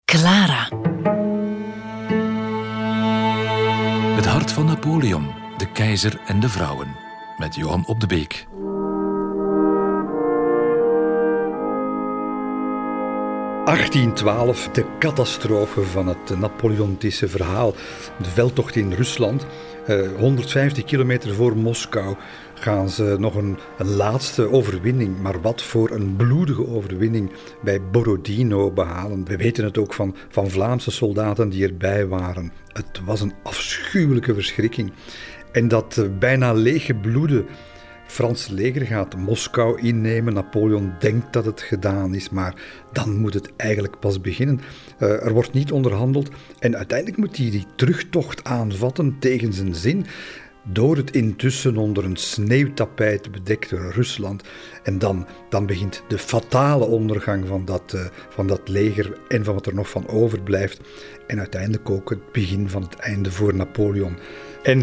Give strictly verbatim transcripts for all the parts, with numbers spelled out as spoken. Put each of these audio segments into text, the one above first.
Clara. Het hart van Napoleon, de keizer en de vrouwen. Met Johan Op de Beek. achttien twaalf, de catastrofe van het Napoleontische verhaal. De veldtocht in Rusland. Uh, honderdvijftig kilometer voor Moskou gaan ze nog een, een laatste overwinning, maar wat voor een bloedige overwinning bij Borodino behalen. We weten het ook van, van Vlaamse soldaten die erbij waren. Het was een afschuwelijke verschrikking. En dat uh, bijna leeggebloede Franse leger gaat Moskou innemen. Napoleon denkt dat het gedaan is, maar dan moet het eigenlijk pas beginnen. Uh, er wordt niet onderhandeld en uiteindelijk moet hij die terugtocht aanvatten tegen zijn zin, door het intussen onder een sneeuwtapijt bedekte Rusland. En dan, dan begint de fatale ondergang van dat, uh, van dat leger en van wat er nog van overblijft. En uiteindelijk ook het begin van het einde voor Napoleon. En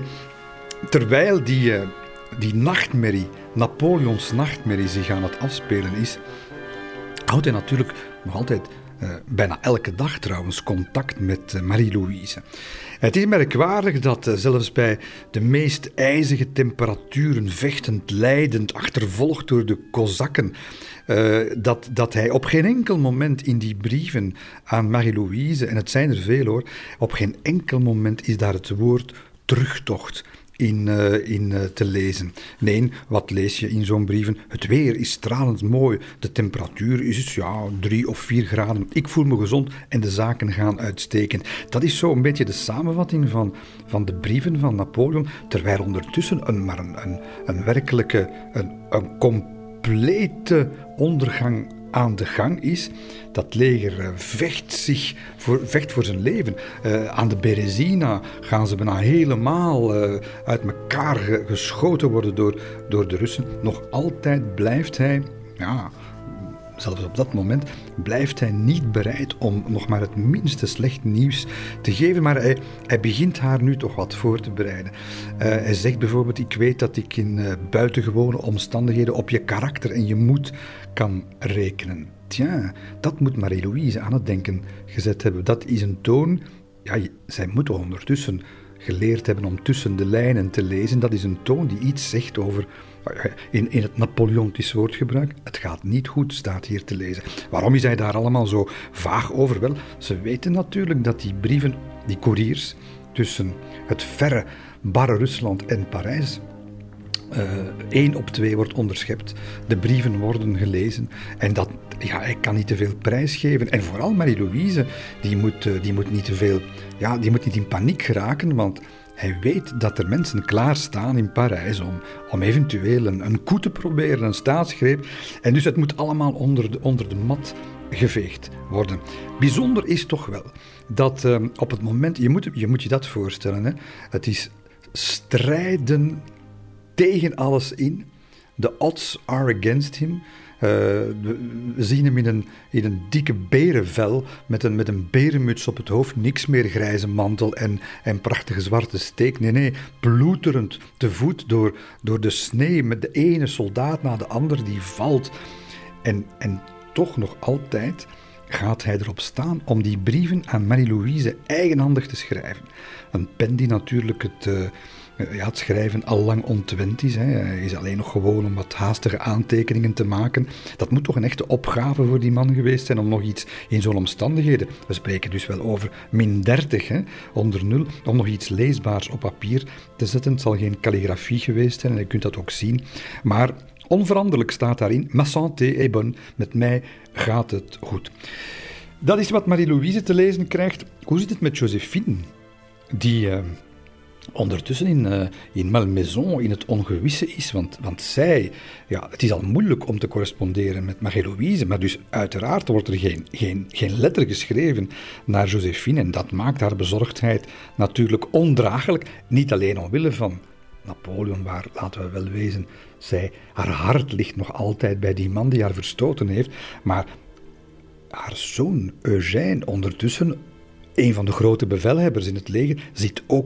terwijl die... Uh, Die nachtmerrie, Napoleons nachtmerrie, zich aan het afspelen is, houdt hij natuurlijk nog altijd, uh, bijna elke dag trouwens, contact met uh, Marie-Louise. Het is merkwaardig dat uh, zelfs bij de meest ijzige temperaturen, vechtend, lijdend, achtervolgd door de Kozakken, uh, dat, dat hij op geen enkel moment in die brieven aan Marie-Louise, en het zijn er veel hoor, op geen enkel moment is daar het woord terugtocht in, uh, in uh, te lezen. Nee, wat lees je in zo'n brieven? Het weer is stralend mooi, de temperatuur is ja, drie of vier graden, ik voel me gezond en de zaken gaan uitstekend. Dat is zo een beetje de samenvatting van, van de brieven van Napoleon, terwijl ondertussen een, maar een, een, een werkelijke, een, een complete ondergang aan de gang is. Dat leger vecht, zich voor, vecht voor zijn leven. Uh, aan de Berezina gaan ze bijna helemaal uh, uit elkaar ge, geschoten worden door, door de Russen. Nog altijd blijft hij, ja, zelfs op dat moment, blijft hij niet bereid om nog maar het minste slecht nieuws te geven. Maar hij, hij begint haar nu toch wat voor te bereiden. Uh, hij zegt bijvoorbeeld, ik weet dat ik in uh, buitengewone omstandigheden op je karakter en je moed kan rekenen. Tja, dat moet Marie-Louise aan het denken gezet hebben. Dat is een toon, ja, zij moet toch ondertussen geleerd hebben om tussen de lijnen te lezen. Dat is een toon die iets zegt over, in, in het Napoleontisch woordgebruik, het gaat niet goed, staat hier te lezen. Waarom is hij daar allemaal zo vaag over? Wel, ze weten natuurlijk dat die brieven, die koeriers, tussen het verre, barre Rusland en Parijs, Uh, één op twee wordt onderschept. De brieven worden gelezen. En dat, ja, hij kan niet te veel prijs geven. En vooral Marie-Louise, die moet, uh, die moet niet te veel, ja, die moet niet in paniek geraken, want hij weet dat er mensen klaarstaan in Parijs om, om eventueel een, een coup te proberen, een staatsgreep. En dus het moet allemaal onder de, onder de mat geveegd worden. Bijzonder is toch wel dat uh, op het moment, je moet, je moet je dat voorstellen, hè, het is strijden tegen alles in. The odds are against him. Uh, we zien hem in een, in een dikke berenvel met een, met een berenmuts op het hoofd. Niks meer grijze mantel en, en prachtige zwarte steek. Nee, nee, ploeterend te voet door, door de sneeuw met de ene soldaat na de ander die valt. En, en toch nog altijd gaat hij erop staan om die brieven aan Marie-Louise eigenhandig te schrijven. Een pen die natuurlijk het... Uh, Ja, het schrijven al lang ontwend is. Hè. Hij is alleen nog gewoon om wat haastige aantekeningen te maken. Dat moet toch een echte opgave voor die man geweest zijn om nog iets in zo'n omstandigheden, we spreken dus wel over min dertig, hè, onder nul, om nog iets leesbaars op papier te zetten. Het zal geen kalligrafie geweest zijn en je kunt dat ook zien. Maar onveranderlijk staat daarin, ma santé est bonne, met mij gaat het goed. Dat is wat Marie-Louise te lezen krijgt. Hoe zit het met Joséphine? Die... Uh, ondertussen in, uh, in Malmaison in het ongewisse is, want, want zij, ja, het is al moeilijk om te corresponderen met Marie-Louise, maar dus uiteraard wordt er geen, geen, geen letter geschreven naar Joséphine en dat maakt haar bezorgdheid natuurlijk ondraaglijk, niet alleen omwille van Napoleon, waar, laten we wel wezen, zij, haar hart ligt nog altijd bij die man die haar verstoten heeft, maar haar zoon Eugène, ondertussen een van de grote bevelhebbers in het leger, zit ook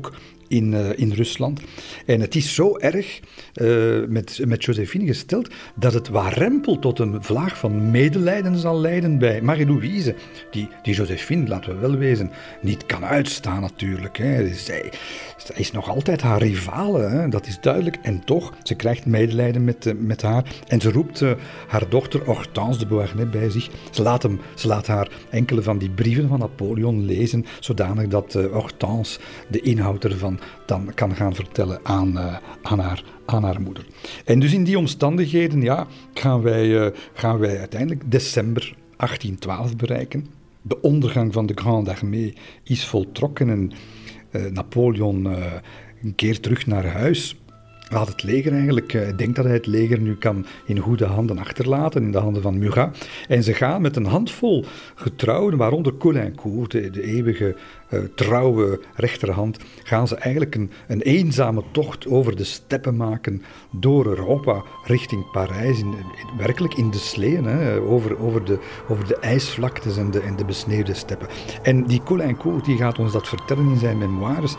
in, uh, in Rusland. En het is zo erg uh, met, met Joséphine gesteld dat het warempel tot een vlaag van medelijden zal leiden bij Marie-Louise, die, die Joséphine, laten we wel wezen, niet kan uitstaan natuurlijk. Hè. Zij, zij is nog altijd haar rivale, hè. Dat is duidelijk. En toch, ze krijgt medelijden met, uh, met haar. En ze roept uh, haar dochter Hortense de Beauharnais bij zich. Ze laat, hem, ze laat haar enkele van die brieven van Napoleon lezen, zodanig dat uh, Hortense de inhoud ervan dan kan gaan vertellen aan, uh, aan, haar, aan haar moeder. En dus in die omstandigheden ja, gaan, wij, uh, gaan wij uiteindelijk december achttien twaalf bereiken. De ondergang van de Grande Armée is voltrokken en uh, Napoleon uh, keert terug naar huis. Laat het leger eigenlijk, ik denk dat hij het leger nu kan in goede handen achterlaten, in de handen van Murat. En ze gaan met een handvol getrouwden, waaronder Caulaincourt, de, de eeuwige uh, trouwe rechterhand, gaan ze eigenlijk een, een eenzame tocht over de steppen maken, door Europa, richting Parijs, in, in, werkelijk in de sleeën, hè, over, over, de, over de ijsvlaktes en de, en de besneeuwde steppen. En die Caulaincourt die gaat ons dat vertellen in zijn memoires.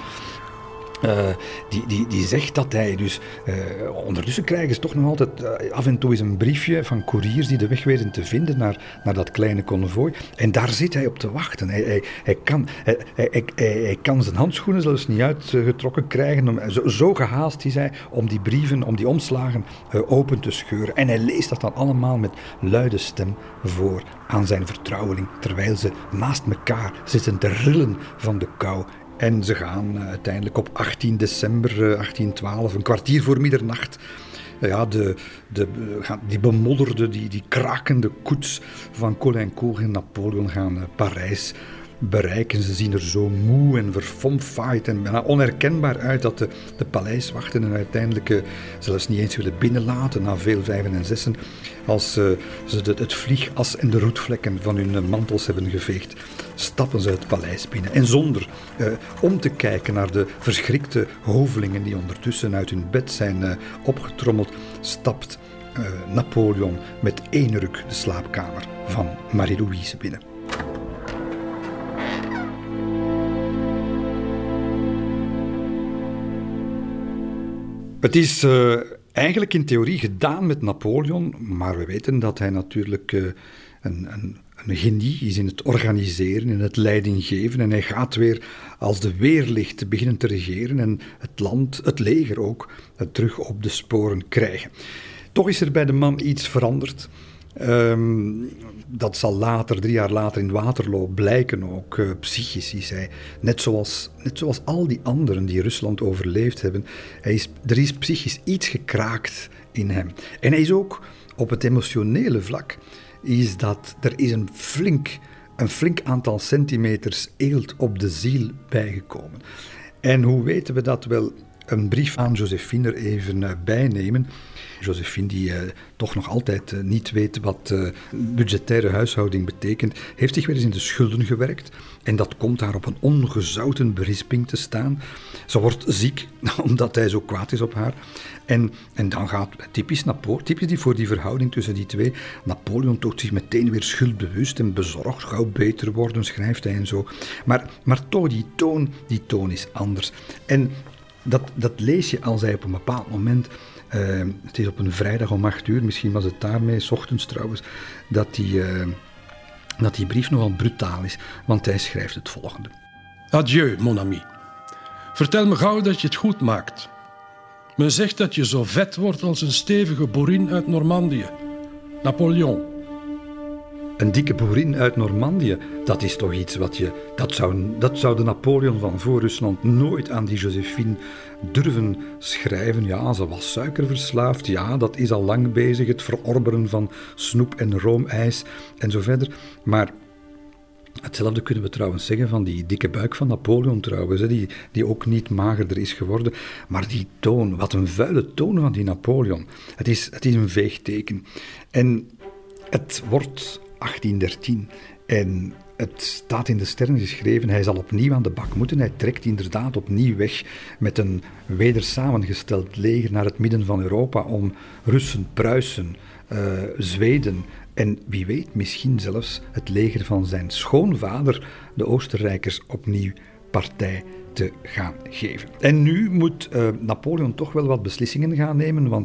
Uh, die, die, die zegt dat hij dus... Uh, ondertussen krijgen ze toch nog altijd uh, af en toe eens een briefje van couriers die de weg weten te vinden naar, naar dat kleine konvooi. En daar zit hij op te wachten. Hij, hij, hij, kan, hij, hij, hij, hij kan zijn handschoenen zelfs niet uitgetrokken krijgen. Om, zo, zo gehaast is hij om die brieven, om die omslagen uh, open te scheuren. En hij leest dat dan allemaal met luide stem voor aan zijn vertrouweling, terwijl ze naast elkaar zitten te rillen van de kou. En ze gaan uh, uiteindelijk op achttien december uh, achttien twaalf, een kwartier voor middernacht, uh, ja, de, de, uh, die bemodderde, die, die krakende koets van Caulaincourt en Napoleon gaan uh, Parijs bereiken. Ze zien er zo moe en verfomfaaid en bijna onherkenbaar uit dat de, de paleiswachten en uiteindelijk uh, zelfs niet eens willen binnenlaten na veel vijven en zessen, als uh, ze de, het vliegas en de roetvlekken van hun uh, mantels hebben geveegd, stappen ze het paleis binnen. En zonder uh, om te kijken naar de verschrikte hovelingen die ondertussen uit hun bed zijn uh, opgetrommeld, stapt uh, Napoleon met één ruk de slaapkamer van Marie-Louise binnen. Het is uh, eigenlijk in theorie gedaan met Napoleon, maar we weten dat hij natuurlijk uh, een, een, een genie is in het organiseren, in het leidinggeven. En hij gaat weer als de weerlicht beginnen te regeren en het land, het leger ook, uh, terug op de sporen krijgen. Toch is er bij de man iets veranderd. Um, dat zal later, drie jaar later in Waterloo blijken ook. Uh, psychisch is hij, net zoals, net zoals al die anderen die Rusland overleefd hebben. Hij is, er is psychisch iets gekraakt in hem. En hij is ook op het emotionele vlak, is dat er is een flink, een flink aantal centimeters eelt op de ziel bijgekomen. En hoe weten we dat? Wel, een brief aan Joséphine er even uh, bijnemen. Joséphine, die uh, toch nog altijd uh, niet weet wat uh, budgettaire huishouding betekent, heeft zich weer eens in de schulden gewerkt. En dat komt haar op een ongezouten berisping te staan. Ze wordt ziek, omdat hij zo kwaad is op haar. En, en dan gaat, typisch Napoleon, typisch die voor die verhouding tussen die twee, Napoleon toont zich meteen weer schuldbewust en bezorgd, gauw beter worden, schrijft hij en zo. Maar, maar toch, die toon, die toon is anders. En dat, dat lees je als hij op een bepaald moment... Uh, het is op een vrijdag om acht uur, misschien was het daarmee, 's ochtends trouwens, dat die, uh, dat die brief nogal brutaal is, want hij schrijft het volgende. Adieu, mon ami. Vertel me gauw dat je het goed maakt. Men zegt dat je zo vet wordt als een stevige boerin uit Normandië. Napoleon. Een dikke boerin uit Normandië, dat is toch iets wat je... Dat zou, dat zou de Napoleon van voor Rusland nooit aan die Joséphine durven schrijven. Ja, ze was suikerverslaafd. Ja, dat is al lang bezig. Het verorberen van snoep en roomijs en zo verder. Maar hetzelfde kunnen we trouwens zeggen van die dikke buik van Napoleon trouwens, hè, die, die ook niet magerder is geworden. Maar die toon, wat een vuile toon van die Napoleon. Het is, het is een veegteken. En het wordt achttien dertien en het staat in de sterren geschreven, hij zal opnieuw aan de bak moeten. Hij trekt inderdaad opnieuw weg met een weder samengesteld leger naar het midden van Europa om Russen, Pruisen, uh, Zweden en wie weet misschien zelfs het leger van zijn schoonvader, de Oostenrijkers, opnieuw partij te gaan geven. En nu moet uh, Napoleon toch wel wat beslissingen gaan nemen, want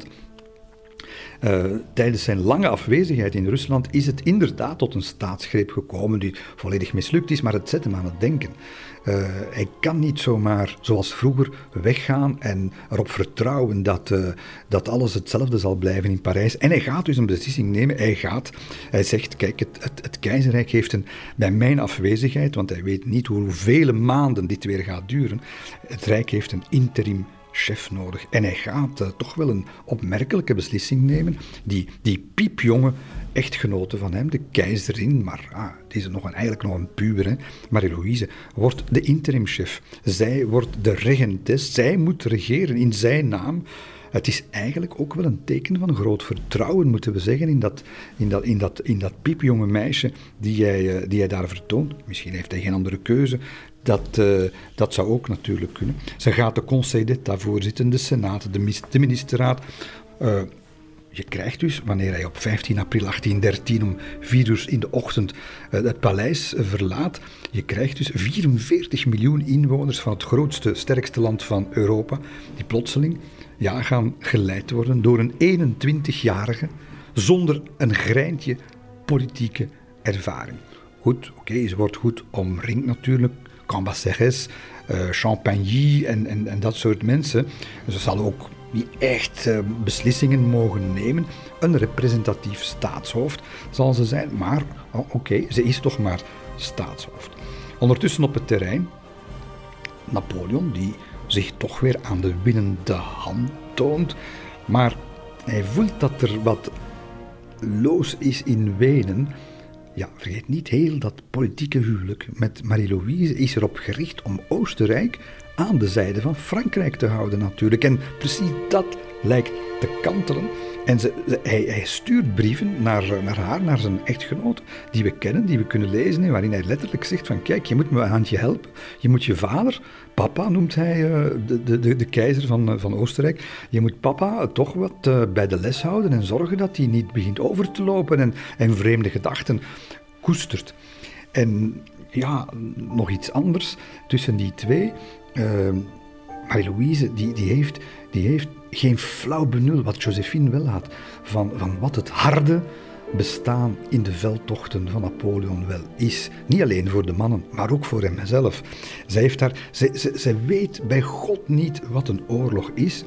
Uh, tijdens zijn lange afwezigheid in Rusland is het inderdaad tot een staatsgreep gekomen die volledig mislukt is, maar het zet hem aan het denken. Uh, hij kan niet zomaar, zoals vroeger, weggaan en erop vertrouwen dat, uh, dat alles hetzelfde zal blijven in Parijs. En hij gaat dus een beslissing nemen. Hij gaat, hij zegt, kijk, het, het, het keizerrijk heeft een, bij mijn afwezigheid, want hij weet niet hoeveel maanden dit weer gaat duren, het rijk heeft een interim chef nodig. En hij gaat uh, toch wel een opmerkelijke beslissing nemen. Die, die piepjonge echtgenote van hem, de keizerin, maar ah, die is nog een, eigenlijk nog een puber, hè, Marie-Louise, wordt de interimchef. Zij wordt de regentes. Zij moet regeren in zijn naam. Het is eigenlijk ook wel een teken van groot vertrouwen, moeten we zeggen, in dat, in dat, in dat, in dat piepjonge meisje die hij, uh, die hij daar vertoont. Misschien heeft hij geen andere keuze. Dat, uh, dat zou ook natuurlijk kunnen. Ze gaat de Conseil d'État voorzitten, de Senaat, de, de ministerraad. Uh, je krijgt dus, wanneer hij op vijftien april achttiendertien om vier uur in de ochtend uh, het paleis uh, verlaat, je krijgt dus vierenveertig miljoen inwoners van het grootste, sterkste land van Europa, die plotseling ja, gaan geleid worden door een eenentwintigjarige zonder een greintje politieke ervaring. Goed, oké, okay, ze wordt goed omringd natuurlijk. Cambacérès, uh, Champagny en, en, en dat soort mensen. Ze zal ook niet echt uh, beslissingen mogen nemen. Een representatief staatshoofd zal ze zijn, maar oh, oké, okay, ze is toch maar staatshoofd. Ondertussen op het terrein, Napoleon, die zich toch weer aan de winnende hand toont, maar hij voelt dat er wat loos is in Wenen. Ja, vergeet niet, heel dat politieke huwelijk met Marie-Louise is erop gericht om Oostenrijk aan de zijde van Frankrijk te houden natuurlijk. En precies dat lijkt te kantelen. En ze, ze, hij, hij stuurt brieven naar, naar haar, naar zijn echtgenoot, die we kennen, die we kunnen lezen, waarin hij letterlijk zegt van kijk, je moet me een handje helpen. Je moet je vader, papa noemt hij uh, de, de, de, de keizer van, van Oostenrijk, je moet papa toch wat uh, bij de les houden en zorgen dat hij niet begint over te lopen en, en vreemde gedachten koestert. En ja, nog iets anders tussen die twee. Uh, Marie-Louise, die, die, heeft, die heeft geen flauw benul, wat Joséphine wel had, van, van wat het harde bestaan in de veldtochten van Napoleon wel is. Niet alleen voor de mannen, maar ook voor hemzelf. Zij, heeft daar, zij, zij, zij weet bij God niet wat een oorlog is.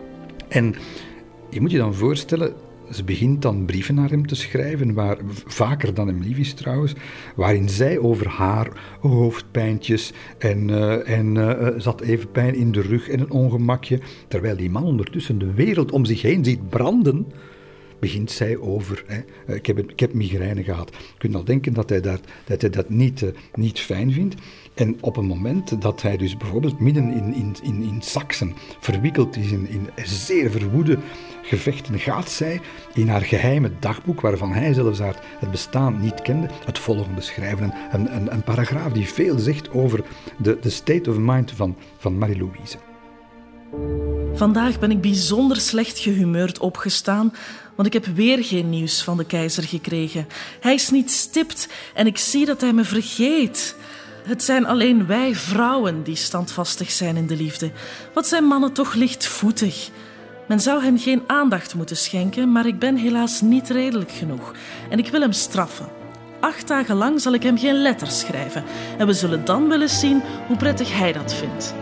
En je moet je dan voorstellen, ze begint dan brieven naar hem te schrijven, waar, vaker dan hem lief is trouwens, waarin zij over haar hoofdpijntjes en, uh, en uh, zat even pijn in de rug en een ongemakje, terwijl die man ondertussen de wereld om zich heen ziet branden, begint zij over, hè, ik, heb, ik heb migraine gehad. Je kunt al denken dat hij dat, dat, hij dat niet, uh, niet fijn vindt. En op een moment dat hij dus bijvoorbeeld midden in, in, in, in Saksen verwikkeld is in, in zeer verwoede gevechten, gaat zij in haar geheime dagboek, waarvan hij zelfs haar het bestaan niet kende, het volgende schrijven. Een, een, een paragraaf die veel zegt over de, de state of mind van, van Marie-Louise. Vandaag ben ik bijzonder slecht gehumeurd opgestaan, want ik heb weer geen nieuws van de keizer gekregen. Hij is niet stipt en ik zie dat hij me vergeet. Het zijn alleen wij vrouwen die standvastig zijn in de liefde. Wat zijn mannen toch lichtvoetig. Men zou hen geen aandacht moeten schenken, maar ik ben helaas niet redelijk genoeg. En ik wil hem straffen. Acht dagen lang zal ik hem geen letters schrijven. En we zullen dan wel eens zien hoe prettig hij dat vindt.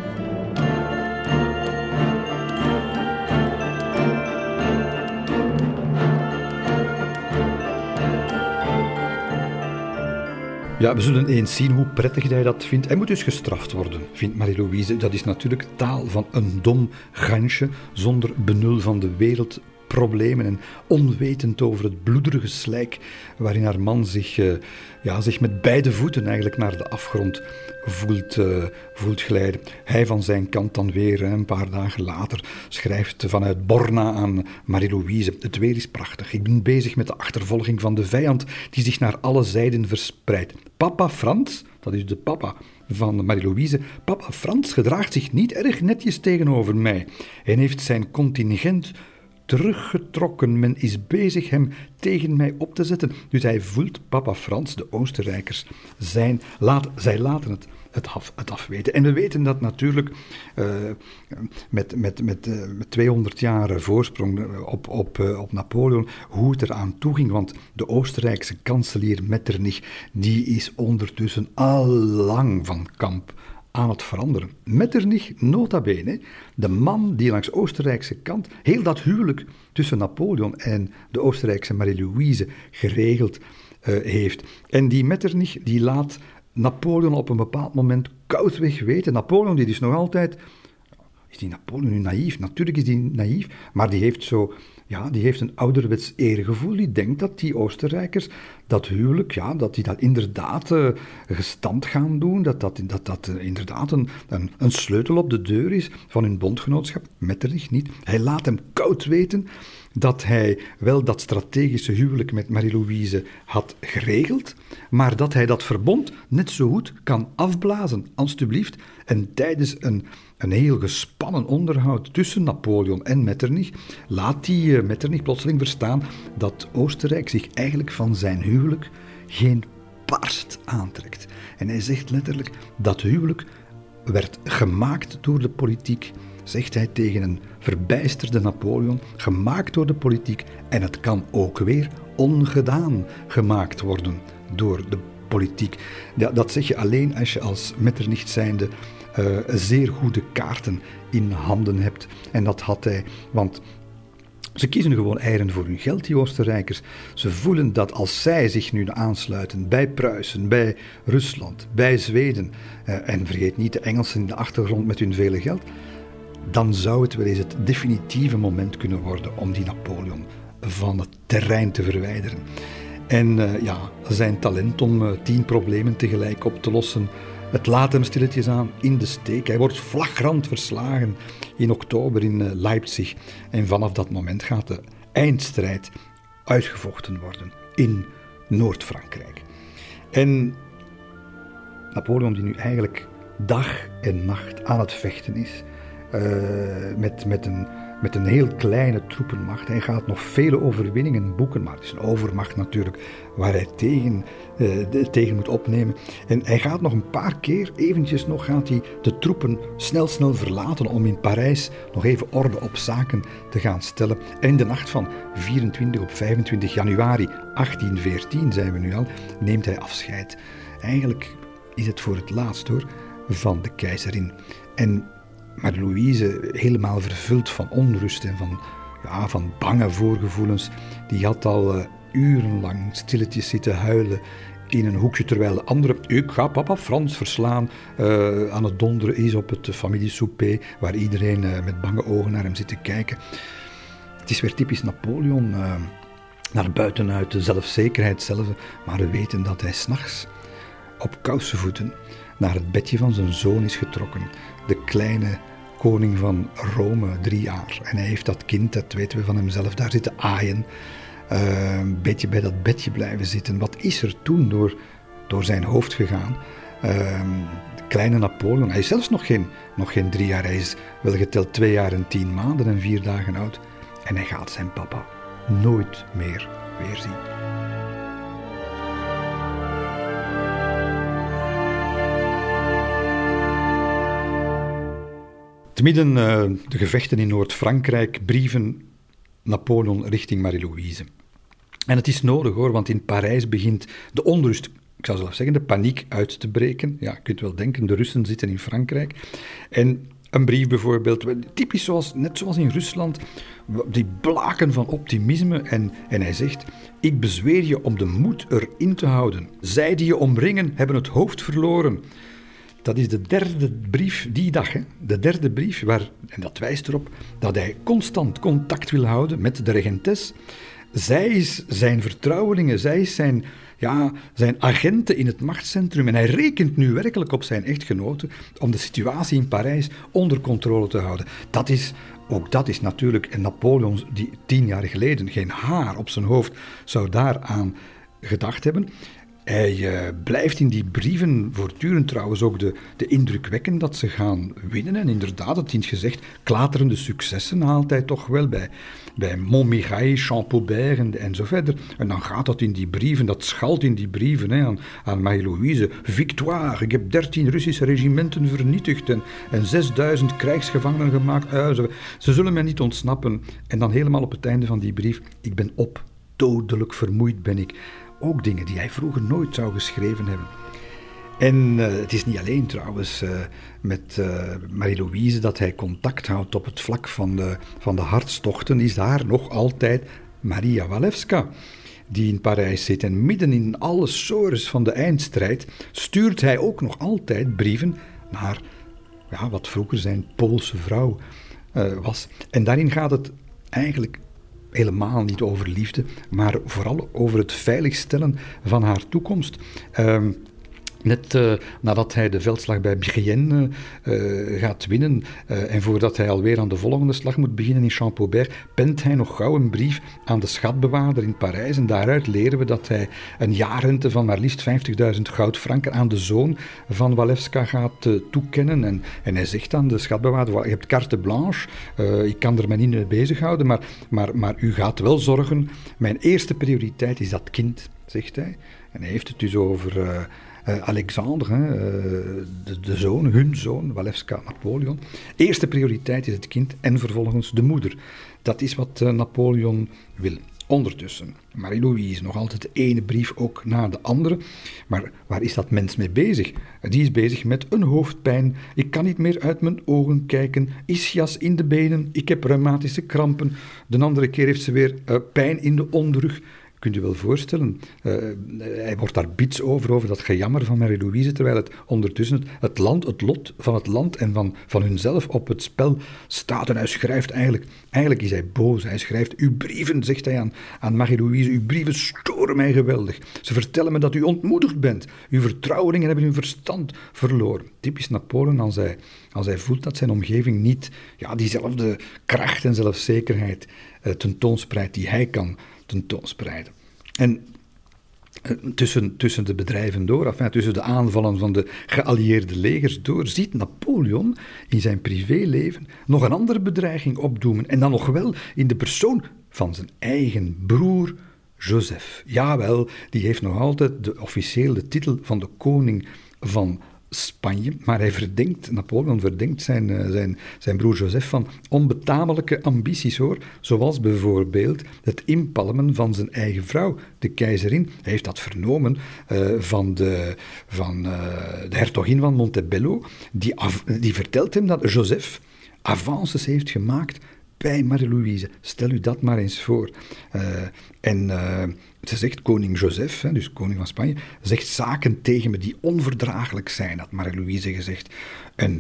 Ja, we zullen eens zien hoe prettig hij dat vindt. Hij moet dus gestraft worden, vindt Marie-Louise. Dat is natuurlijk taal van een dom gansje, zonder benul van de wereldproblemen en onwetend over het bloederige slijk waarin haar man zich, uh, ja, zich met beide voeten eigenlijk naar de afgrond voelt, uh, voelt glijden. Hij van zijn kant dan weer, een paar dagen later, schrijft vanuit Borna aan Marie-Louise. Het weer is prachtig. Ik ben bezig met de achtervolging van de vijand die zich naar alle zijden verspreidt. Papa Frans, dat is de papa van Marie-Louise, papa Frans gedraagt zich niet erg netjes tegenover mij en heeft zijn contingent teruggetrokken. Men is bezig hem tegen mij op te zetten. Dus hij voelt papa Frans, de Oostenrijkers, zijn, laat, zij laten het, het, af, het afweten. En we weten dat natuurlijk uh, met, met, met, uh, met tweehonderd jaar voorsprong op, op, uh, op Napoleon, hoe het eraan toe ging. Want de Oostenrijkse kanselier Metternich, die is ondertussen al lang van kamp aan het veranderen. Metternich, nota bene, de man die langs Oostenrijkse kant heel dat huwelijk tussen Napoleon en de Oostenrijkse Marie-Louise geregeld uh, heeft. En die Metternich, die laat Napoleon op een bepaald moment koudweg weten. Napoleon, die is nog altijd... Is die Napoleon nu naïef? Natuurlijk is die naïef, maar die heeft zo... Ja, die heeft een ouderwets eergevoel. Die denkt dat die Oostenrijkers dat huwelijk, ja, dat die dat inderdaad uh, gestand gaan doen, dat dat, dat, dat uh, inderdaad een, een, een sleutel op de deur is van hun bondgenootschap. Metternich niet. Hij laat hem koud weten dat hij wel dat strategische huwelijk met Marie-Louise had geregeld, maar dat hij dat verbond net zo goed kan afblazen, alstublieft. En tijdens een, een heel gespannen onderhoud tussen Napoleon en Metternich laat die uh, Metternich plotseling verstaan dat Oostenrijk zich eigenlijk van zijn huwelijk geen barst aantrekt. En hij zegt letterlijk dat huwelijk werd gemaakt door de politiek, zegt hij tegen een verbijsterde Napoleon, gemaakt door de politiek, en het kan ook weer ongedaan gemaakt worden door de politiek. Ja, dat zeg je alleen als je als Metternich zijnde uh, zeer goede kaarten in handen hebt. En dat had hij, want ze kiezen gewoon eieren voor hun geld, die Oostenrijkers. Ze voelen dat als zij zich nu aansluiten bij Pruisen, bij Rusland, bij Zweden, uh, en vergeet niet de Engelsen in de achtergrond met hun vele geld, dan zou het wel eens het definitieve moment kunnen worden om die Napoleon van het terrein te verwijderen. En uh, ja, zijn talent om uh, tien problemen tegelijk op te lossen, het laat hem stilletjes aan in de steek. Hij wordt flagrant verslagen in oktober in uh, Leipzig. En vanaf dat moment gaat de eindstrijd uitgevochten worden in Noord-Frankrijk. En Napoleon, die nu eigenlijk dag en nacht aan het vechten is, Uh, met, met, een, met een heel kleine troepenmacht. Hij gaat nog vele overwinningen boeken, maar het is een overmacht natuurlijk waar hij tegen, uh, de, tegen moet opnemen. En hij gaat nog een paar keer, eventjes nog, gaat hij de troepen snel snel verlaten om in Parijs nog even orde op zaken te gaan stellen. En in de nacht van vierentwintig op vijfentwintig januari achttien veertien, zijn we nu al, neemt hij afscheid. Eigenlijk is het voor het laatst hoor, van de keizerin. En maar Louise, helemaal vervuld van onrust en van, ja, van bange voorgevoelens, die had al uh, urenlang stilletjes zitten huilen in een hoekje, terwijl de andere, ik ga papa Frans verslaan, uh, aan het donderen is op het familiesouper, waar iedereen uh, met bange ogen naar hem zit te kijken. Het is weer typisch Napoleon, uh, naar buitenuit de zelfzekerheid zelf, maar we weten dat hij 's nachts op kousenvoeten naar het bedje van zijn zoon is getrokken. De kleine koning van Rome, drie jaar. En hij heeft dat kind, dat weten we van hemzelf, daar zitten aaien. Uh, een beetje bij dat bedje blijven zitten. Wat is er toen door, door zijn hoofd gegaan? Uh, de kleine Napoleon, hij is zelfs nog geen, nog geen drie jaar. Hij is wel geteld twee jaar en tien maanden en vier dagen oud. En hij gaat zijn papa nooit meer weerzien. Te midden uh, de gevechten in Noord-Frankrijk brieven Napoleon richting Marie-Louise. En het is nodig hoor, want in Parijs begint de onrust, ik zou zelf zeggen, de paniek uit te breken. Ja, je kunt wel denken, de Russen zitten in Frankrijk. En een brief bijvoorbeeld, typisch zoals, net zoals in Rusland, die blaken van optimisme. En, en hij zegt, ik bezweer je om de moed erin te houden. Zij die je omringen hebben het hoofd verloren. Dat is de derde brief die dag, hè? De derde brief, waar, en dat wijst erop dat hij constant contact wil houden met de regentes. Zij is zijn vertrouwelinge, zij is zijn, ja, zijn agenten in het machtscentrum. En hij rekent nu werkelijk op zijn echtgenote om de situatie in Parijs onder controle te houden. Dat is, ook dat is natuurlijk, en Napoleon, die tien jaar geleden geen haar op zijn hoofd zou daaraan gedacht hebben. Hij uh, blijft in die brieven voortdurend trouwens ook de, de indruk wekken dat ze gaan winnen. En inderdaad, het is gezegd, klaterende successen haalt hij toch wel bij, bij Montmirail, Champaubert en, en zo verder. En dan gaat dat in die brieven, dat schalt in die brieven hè, aan, aan Marie-Louise. Victoire, ik heb dertien Russische regimenten vernietigd en, en zesduizend krijgsgevangenen gemaakt. Uh, ze, ze zullen mij niet ontsnappen. En dan helemaal op het einde van die brief, ik ben op, dodelijk vermoeid ben ik. Ook dingen die hij vroeger nooit zou geschreven hebben. En uh, het is niet alleen trouwens uh, met uh, Marie-Louise dat hij contact houdt op het vlak van de, van de hartstochten, is daar nog altijd Maria Walewska, die in Parijs zit. En midden in alle sores van de eindstrijd stuurt hij ook nog altijd brieven naar ja, wat vroeger zijn Poolse vrouw uh, was. En daarin gaat het eigenlijk helemaal niet over liefde, maar vooral over het veiligstellen van haar toekomst. Uh, Net uh, nadat hij de veldslag bij Brienne uh, gaat winnen uh, en voordat hij alweer aan de volgende slag moet beginnen in Champaubert, pent hij nog gauw een brief aan de schatbewaarder in Parijs en daaruit leren we dat hij een jaarrente van maar liefst vijftigduizend goudfranken aan de zoon van Walewska gaat uh, toekennen. En, en hij zegt aan de schatbewaarder, je hebt carte blanche, uh, ik kan er me niet mee bezighouden, maar, maar, maar u gaat wel zorgen. Mijn eerste prioriteit is dat kind, zegt hij. En hij heeft het dus over Uh, Uh, Alexander, hè, uh, de, de zoon, hun zoon, Walewska, Napoleon. Eerste prioriteit is het kind en vervolgens de moeder. Dat is wat uh, Napoleon wil. Ondertussen, Marie-Louise, nog altijd de ene brief ook na de andere. Maar waar is dat mens mee bezig? Die is bezig met een hoofdpijn. Ik kan niet meer uit mijn ogen kijken. Ischias in de benen. Ik heb reumatische krampen. De andere keer heeft ze weer uh, pijn in de onderrug. Kunt je wel voorstellen, uh, hij wordt daar bits over, over dat gejammer van Marie-Louise, terwijl het ondertussen het, het land, het lot van het land en van, van hunzelf op het spel staat. En hij schrijft eigenlijk, eigenlijk is hij boos. Hij schrijft, uw brieven, zegt hij aan, aan Marie-Louise, uw brieven storen mij geweldig. Ze vertellen me dat u ontmoedigd bent. Uw vertrouwelingen hebben hun verstand verloren. Typisch Napoleon als hij, als hij voelt dat zijn omgeving niet ja, diezelfde kracht en zelfzekerheid uh, tentoonspreidt die hij kan tentoonspreiden. En uh, tussen, tussen de bedrijven door, enfin, tussen de aanvallen van de geallieerde legers door, ziet Napoleon in zijn privéleven nog een andere bedreiging opdoemen. En dan nog wel in de persoon van zijn eigen broer Joseph. Jawel, die heeft nog altijd de officiële titel van de koning van Spanje, maar hij verdenkt, Napoleon verdenkt zijn, zijn, zijn broer Joseph van onbetamelijke ambities, hoor. Zoals bijvoorbeeld het inpalmen van zijn eigen vrouw, de keizerin. Hij heeft dat vernomen uh, van, de, van uh, de hertogin van Montebello. Die, af, die vertelt hem dat Joseph avances heeft gemaakt bij Marie-Louise. Stel u dat maar eens voor. Uh, en uh, ze zegt, koning Joseph, hè, dus koning van Spanje, zegt zaken tegen me die onverdraaglijk zijn, had Marie-Louise gezegd. En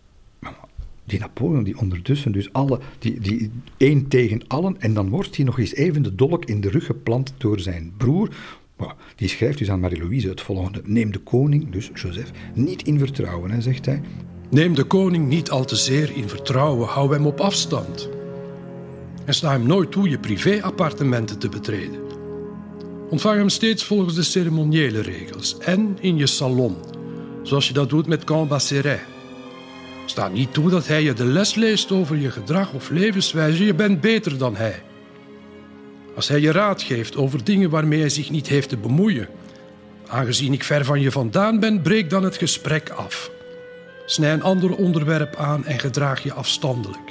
die Napoleon, die ondertussen dus alle, die, die één tegen allen, en dan wordt hij nog eens even de dolk in de rug geplant door zijn broer. Die schrijft dus aan Marie-Louise het volgende: neem de koning, dus Joseph, niet in vertrouwen, hè, zegt hij. Neem de koning niet al te zeer in vertrouwen, hou hem op afstand. En sta hem nooit toe je privé-appartementen te betreden. Ontvang hem steeds volgens de ceremoniële regels en in je salon, zoals je dat doet met Cambacérès. Sta niet toe dat hij je de les leest over je gedrag of levenswijze. Je bent beter dan hij. Als hij je raad geeft over dingen waarmee hij zich niet heeft te bemoeien, aangezien ik ver van je vandaan ben, breek dan het gesprek af. Snij een ander onderwerp aan en gedraag je afstandelijk.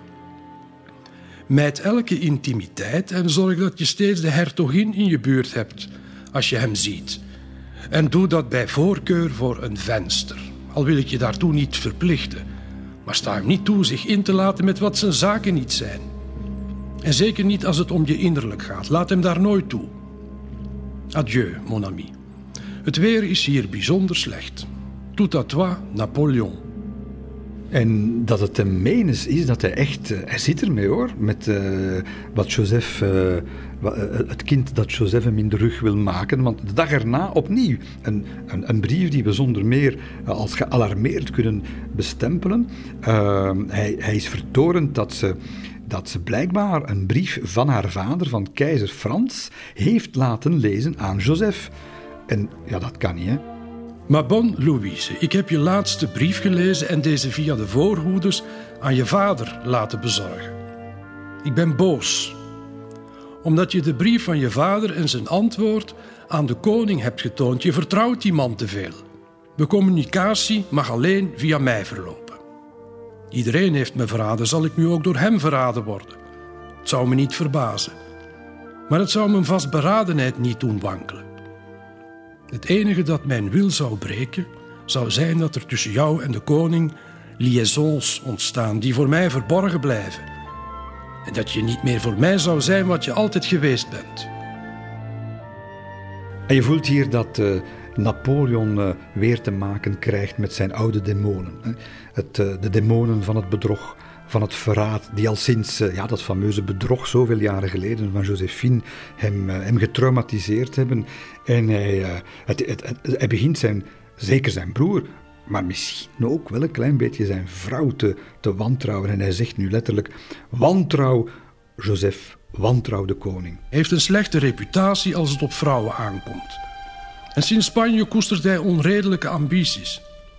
Mijd elke intimiteit en zorg dat je steeds de hertogin in je buurt hebt als je hem ziet. En doe dat bij voorkeur voor een venster. Al wil ik je daartoe niet verplichten. Maar sta hem niet toe zich in te laten met wat zijn zaken niet zijn. En zeker niet als het om je innerlijk gaat. Laat hem daar nooit toe. Adieu, mon ami. Het weer is hier bijzonder slecht. Tout à toi, Napoleon. En dat het een menens is, dat hij echt... Uh, hij zit ermee, hoor, met uh, wat Joseph... Uh, het kind dat Joseph hem in de rug wil maken. Want de dag erna opnieuw een, een, een brief die we zonder meer uh, als gealarmeerd kunnen bestempelen. Uh, hij, hij is vertorend dat ze... dat ze blijkbaar een brief van haar vader, van keizer Frans, heeft laten lezen aan Joseph. En ja, dat kan niet, hè. Maar bon, Louise, ik heb je laatste brief gelezen en deze via de voorhoeders aan je vader laten bezorgen. Ik ben boos, omdat je de brief van je vader en zijn antwoord aan de koning hebt getoond. Je vertrouwt die man te veel. De communicatie mag alleen via mij verlopen. Iedereen heeft me verraden, zal ik nu ook door hem verraden worden? Het zou me niet verbazen. Maar het zou mijn vastberadenheid niet doen wankelen. Het enige dat mijn wil zou breken, zou zijn dat er tussen jou en de koning liaisons ontstaan die voor mij verborgen blijven. En dat je niet meer voor mij zou zijn wat je altijd geweest bent. En je voelt hier dat uh, Napoleon uh, weer te maken krijgt met zijn oude demonen. Hè? Het, uh, de demonen van het bedrog, van het verraad, die al sinds uh, ja, dat fameuze bedrog zoveel jaren geleden van Joséphine hem, uh, hem getraumatiseerd hebben. En hij, uh, het, het, het, hij begint zijn, zeker zijn broer, maar misschien ook wel een klein beetje zijn vrouw te, te wantrouwen. En hij zegt nu letterlijk, wantrouw Joseph, wantrouw de koning. Hij heeft een slechte reputatie als het op vrouwen aankomt. En sinds Spanje koestert hij onredelijke ambities.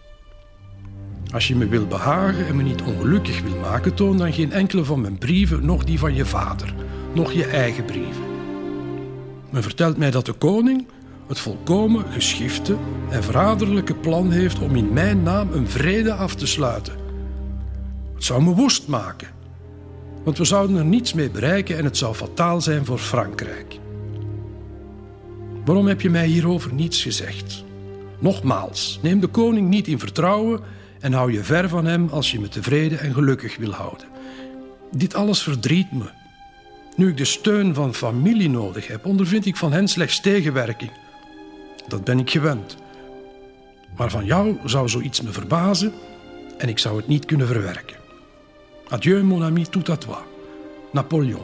Als je me wil behagen en me niet ongelukkig wil maken, toon dan geen enkele van mijn brieven, nog die van je vader, nog je eigen brieven. Men vertelt mij dat de koning het volkomen geschifte en verraderlijke plan heeft om in mijn naam een vrede af te sluiten. Het zou me woest maken, want we zouden er niets mee bereiken en het zou fataal zijn voor Frankrijk. Waarom heb je mij hierover niets gezegd? Nogmaals, neem de koning niet in vertrouwen en hou je ver van hem als je me tevreden en gelukkig wil houden. Dit alles verdriet me. Nu ik de steun van familie nodig heb, ondervind ik van hen slechts tegenwerking. Dat ben ik gewend. Maar van jou zou zoiets me verbazen en ik zou het niet kunnen verwerken. Adieu, mon ami, tout à toi. Napoleon.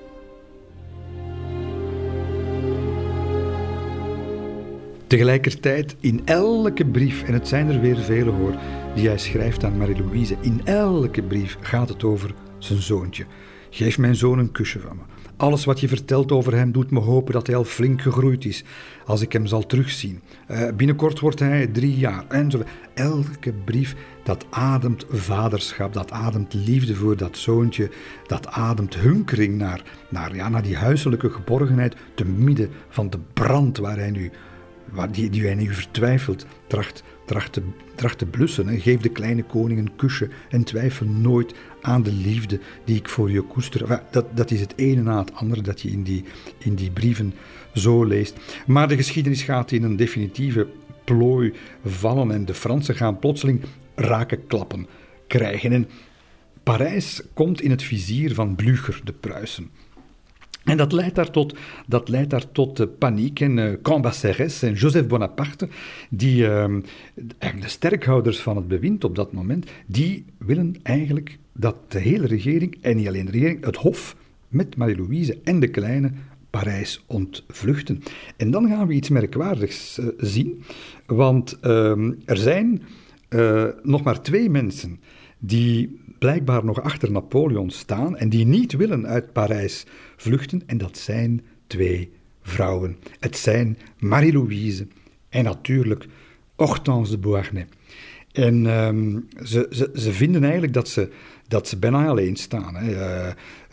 Tegelijkertijd in elke brief, en het zijn er weer vele hoor, die hij schrijft aan Marie-Louise, in elke brief gaat het over zijn zoontje. Geef mijn zoon een kusje van me. Alles wat je vertelt over hem doet me hopen dat hij al flink gegroeid is, als ik hem zal terugzien. Uh, binnenkort wordt hij drie jaar. En zo. Elke brief, dat ademt vaderschap, dat ademt liefde voor dat zoontje, dat ademt hunkering naar, naar, ja, naar die huiselijke geborgenheid, te midden van de brand waar hij nu, waar die, die hij nu vertwijfelt, tracht, tracht, te, tracht te blussen. Hè. Geef de kleine koning een kusje en twijfel nooit aan de liefde die ik voor je koester. Dat, dat is het ene na het andere dat je in die, in die brieven zo leest. Maar de geschiedenis gaat in een definitieve plooi vallen en de Fransen gaan plotseling rakenklappen krijgen. En Parijs komt in het vizier van Blücher, de Pruisen. En dat leidt daar tot, dat leidt daar tot uh, paniek. En uh, Cambacérès en Joseph Bonaparte, die uh, eigenlijk de sterkhouders van het bewind op dat moment, die willen eigenlijk dat de hele regering, en niet alleen de regering, het hof met Marie-Louise en de kleine Parijs ontvluchten. En dan gaan we iets merkwaardigs uh, zien, want uh, er zijn uh, nog maar twee mensen die blijkbaar nog achter Napoleon staan en die niet willen uit Parijs vluchten. En dat zijn twee vrouwen. Het zijn Marie-Louise en natuurlijk Hortense de Beauharnais. En um, ze, ze, ze vinden eigenlijk dat ze, dat ze bijna alleen staan. Hè. Uh,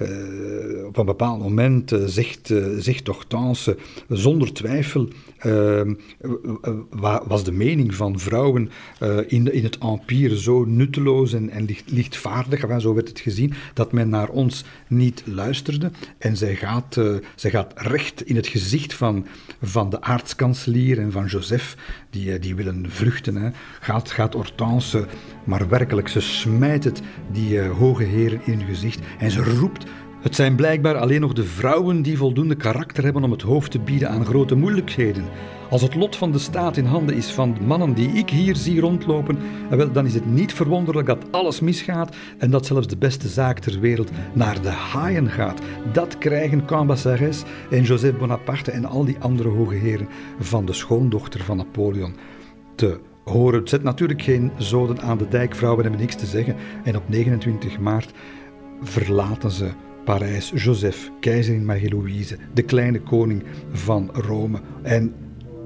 uh, op een bepaald moment uh, zegt, uh, zegt Hortense zonder twijfel, uh, uh, was de mening van vrouwen uh, in, in het empire zo nutteloos en, en licht, lichtvaardig, enfin, zo werd het gezien, dat men naar ons niet luisterde. En zij gaat, uh, zij gaat recht in het gezicht van, van de aartskanselier en van Joseph, die, uh, die willen vluchten. Hè. Gaat, gaat Hortense, maar werkelijk, ze smijt het die uh, hoge heren in hun gezicht en ze roept: het zijn blijkbaar alleen nog de vrouwen die voldoende karakter hebben om het hoofd te bieden aan grote moeilijkheden. Als het lot van de staat in handen is van de mannen die ik hier zie rondlopen, wel, dan is het niet verwonderlijk dat alles misgaat en dat zelfs de beste zaak ter wereld naar de haaien gaat. Dat krijgen Cambacérès en Joseph Bonaparte en al die andere hoge heren van de schoondochter van Napoleon te horen. Het zet natuurlijk geen zoden aan de dijk, vrouwen hebben niks te zeggen. En op negenentwintig maart verlaten ze Parijs. Joseph, keizerin Marie-Louise, de kleine koning van Rome en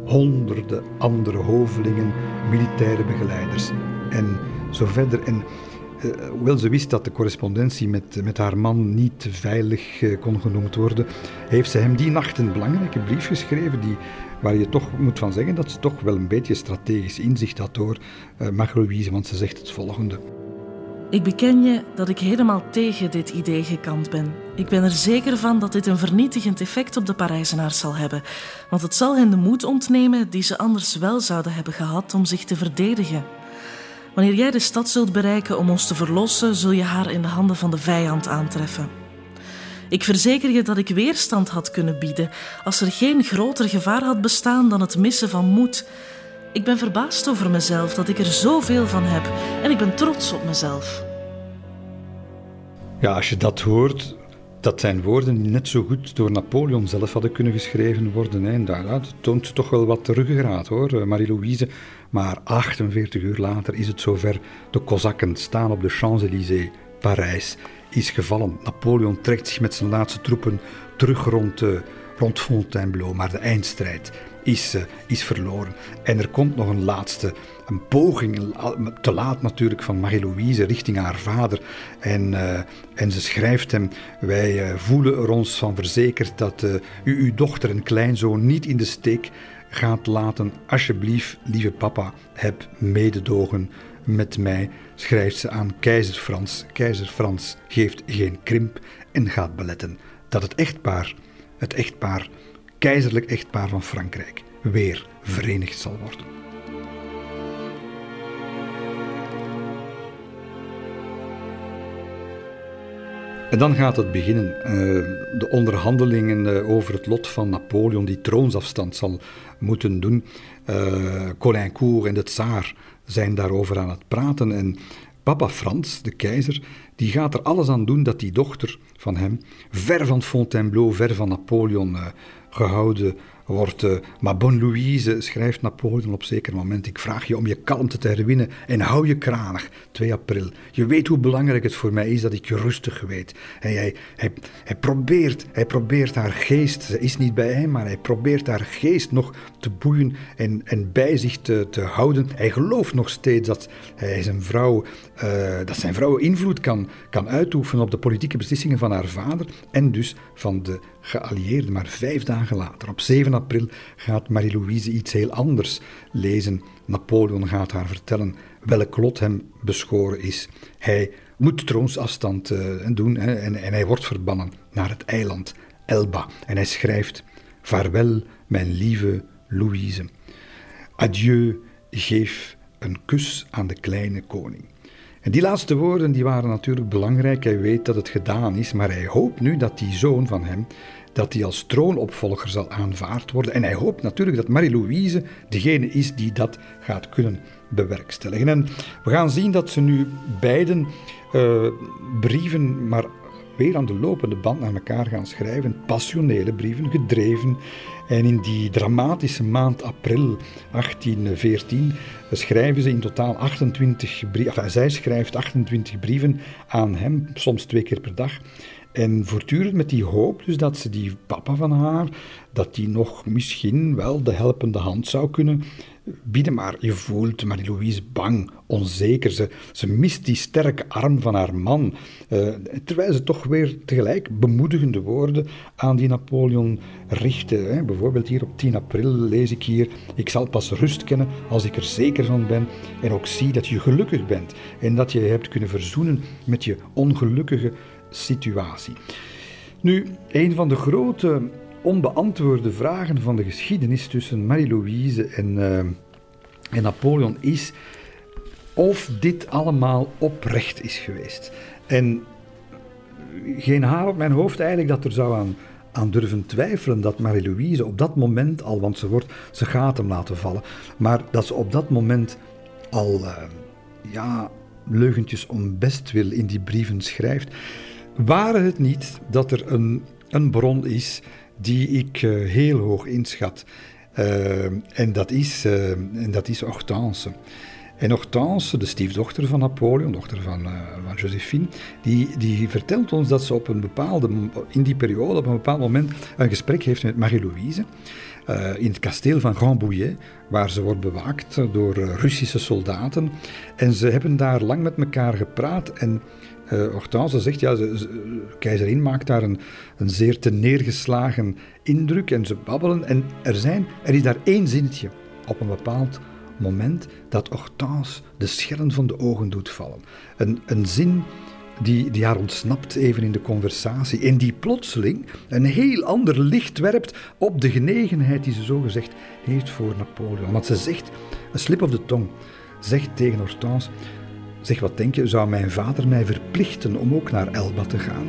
honderden andere hovelingen, militaire begeleiders en zo verder. En uh, hoewel ze wist dat de correspondentie met, met haar man niet veilig uh, kon genoemd worden, heeft ze hem die nacht een belangrijke brief geschreven die, waar je toch moet van zeggen dat ze toch wel een beetje strategisch inzicht had door uh, Marie-Louise, want ze zegt het volgende. Ik beken je dat ik helemaal tegen dit idee gekant ben. Ik ben er zeker van dat dit een vernietigend effect op de Parijzenaars zal hebben, want het zal hen de moed ontnemen die ze anders wel zouden hebben gehad om zich te verdedigen. Wanneer jij de stad zult bereiken om ons te verlossen, zul je haar in de handen van de vijand aantreffen. Ik verzeker je dat ik weerstand had kunnen bieden als er geen groter gevaar had bestaan dan het missen van moed. Ik ben verbaasd over mezelf dat ik er zoveel van heb en ik ben trots op mezelf. Ja, als je dat hoort, dat zijn woorden die net zo goed door Napoleon zelf hadden kunnen geschreven worden. En dat toont toch wel wat ruggengraat, hoor, Marie-Louise. Maar achtenveertig uur later is het zover. De Kozakken staan op de Champs-Élysées. Parijs is gevallen. Napoleon trekt zich met zijn laatste troepen terug rond, uh, rond Fontainebleau. Maar de eindstrijd is, uh, is verloren. En er komt nog een laatste, een poging, te laat natuurlijk, van Marie-Louise richting haar vader. En, uh, en ze schrijft hem, wij uh, voelen er ons van verzekerd dat uh, u uw dochter en kleinzoon niet in de steek gaat laten. Alsjeblieft, lieve papa, heb mededogen met mij, schrijft ze aan keizer Frans. Keizer Frans geeft geen krimp en gaat beletten dat het echtpaar, het echtpaar, keizerlijk echtpaar van Frankrijk, weer verenigd zal worden. En dan gaat het beginnen. Uh, de onderhandelingen uh, over het lot van Napoleon, die troonsafstand zal moeten doen. Uh, Caulaincourt en de tsaar zijn daarover aan het praten. En papa Frans, de keizer, die gaat er alles aan doen dat die dochter van hem ver van Fontainebleau, ver van Napoleon uh, gehouden wordt. Uh, maar bonne Louise, schrijft Napoleon op zeker moment, ik vraag je om je kalmte te herwinnen en hou je kranig. twee april. Je weet hoe belangrijk het voor mij is dat ik je rustig weet. En hij, hij, hij, probeert, hij probeert haar geest, ze is niet bij hem, maar hij probeert haar geest nog te boeien en, en bij zich te, te houden. Hij gelooft nog steeds dat hij zijn vrouw, uh, dat zijn vrouw invloed kan, kan uitoefenen op de politieke beslissingen van haar vader en dus van de geallieerden. Maar vijf dagen later, op zeven april, gaat Marie-Louise iets heel anders lezen. Napoleon gaat haar vertellen welk lot hem beschoren is. Hij moet troonsafstand uh, doen hè, en, en hij wordt verbannen naar het eiland Elba. En hij schrijft, vaarwel mijn lieve Louise. Adieu, geef een kus aan de kleine koning. En die laatste woorden die waren natuurlijk belangrijk. Hij weet dat het gedaan is, maar hij hoopt nu dat die zoon van hem, dat hij als troonopvolger zal aanvaard worden. En hij hoopt natuurlijk dat Marie-Louise degene is die dat gaat kunnen bewerkstelligen. En we gaan zien dat ze nu beiden uh, brieven, maar weer aan de lopende band naar elkaar gaan schrijven. Passionele brieven, gedreven. En in die dramatische maand april achttien veertien schrijven ze in totaal achtentwintig brieven. Enfin, zij schrijft achtentwintig brieven aan hem, soms twee keer per dag. En voortdurend met die hoop dus dat ze die papa van haar, dat die nog misschien wel de helpende hand zou kunnen bieden. Maar je voelt Marie-Louise bang, onzeker. Ze, ze mist die sterke arm van haar man. Uh, terwijl ze toch weer tegelijk bemoedigende woorden aan die Napoleon richten. Hè. Bijvoorbeeld hier op tien april lees ik hier, ik zal pas rust kennen als ik er zeker van ben en ook zie dat je gelukkig bent en dat je je hebt kunnen verzoenen met je ongelukkige situatie. Nu, een van de grote onbeantwoorde vragen van de geschiedenis tussen Marie-Louise en, uh, en Napoleon is of dit allemaal oprecht is geweest. En geen haar op mijn hoofd eigenlijk dat er zou aan, aan durven twijfelen dat Marie-Louise op dat moment al, want ze, wordt, ze gaat hem laten vallen, maar dat ze op dat moment al uh, ja, leugentjes om bestwil in die brieven schrijft. Waren het niet dat er een, een bron is die ik uh, heel hoog inschat. Uh, en, dat is, uh, en dat is Hortense. En Hortense, de stiefdochter van Napoleon, dochter van, uh, van Joséphine, die, die vertelt ons dat ze op een bepaalde, in die periode op een bepaald moment een gesprek heeft met Marie-Louise. uh, in het kasteel van Rambouillet, waar ze wordt bewaakt door uh, Russische soldaten. En ze hebben daar lang met elkaar gepraat en uh, Hortense zegt, ja, ze, ze, keizerin maakt daar een, een zeer te neergeslagen indruk en ze babbelen. En er, zijn, er is daar één zinnetje op een bepaald moment dat Hortense de schellen van de ogen doet vallen. Een, een zin die, die haar ontsnapt even in de conversatie en die plotseling een heel ander licht werpt op de genegenheid die ze zogezegd heeft voor Napoleon. Want ze zegt, een slip of de tong, zegt tegen Hortense, zeg, wat denk je, zou mijn vader mij verplichten om ook naar Elba te gaan?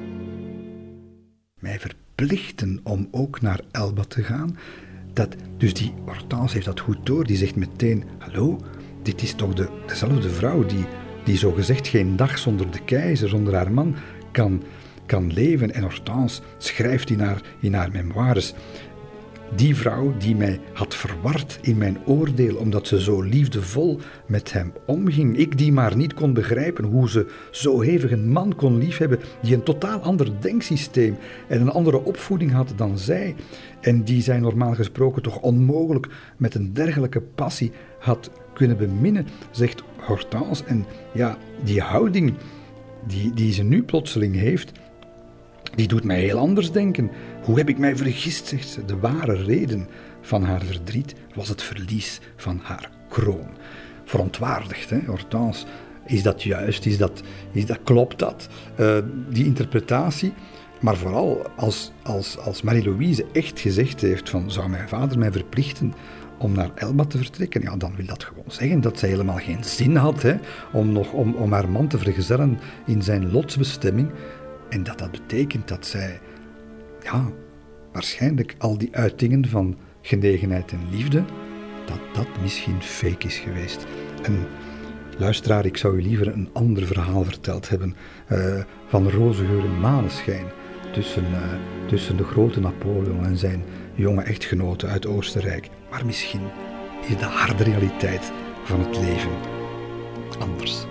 Mij verplichten om ook naar Elba te gaan? Dat, dus die Hortense heeft dat goed door, die zegt meteen, hallo, dit is toch de, dezelfde vrouw die, die zogezegd geen dag zonder de keizer, zonder haar man kan, kan leven. En Hortense schrijft in haar, in haar memoires, die vrouw die mij had verward in mijn oordeel, omdat ze zo liefdevol met hem omging. Ik die maar niet kon begrijpen hoe ze zo hevig een man kon liefhebben, die een totaal ander denksysteem en een andere opvoeding had dan zij. En die zij normaal gesproken toch onmogelijk met een dergelijke passie had kunnen beminnen, zegt Hortense. En ja, die houding die, die ze nu plotseling heeft, die doet mij heel anders denken. Hoe heb ik mij vergist, zegt ze. De ware reden van haar verdriet was het verlies van haar kroon. Verontwaardigd, hè, Hortense. Is dat juist? Is dat, is dat, klopt dat? Uh, die interpretatie. Maar vooral als, als, als Marie-Louise echt gezegd heeft van, zou mijn vader mij verplichten om naar Elba te vertrekken, ja, dan wil dat gewoon zeggen dat zij helemaal geen zin had, hè, om, nog, om, om haar man te vergezellen in zijn lotsbestemming. En dat dat betekent dat zij, ja, waarschijnlijk al die uitingen van genegenheid en liefde, dat dat misschien fake is geweest. En luisteraar, ik zou u liever een ander verhaal verteld hebben, uh, van rozengeur en maneschijn, tussen, uh, tussen de grote Napoleon en zijn jonge echtgenote uit Oostenrijk. Maar misschien is de harde realiteit van het leven anders.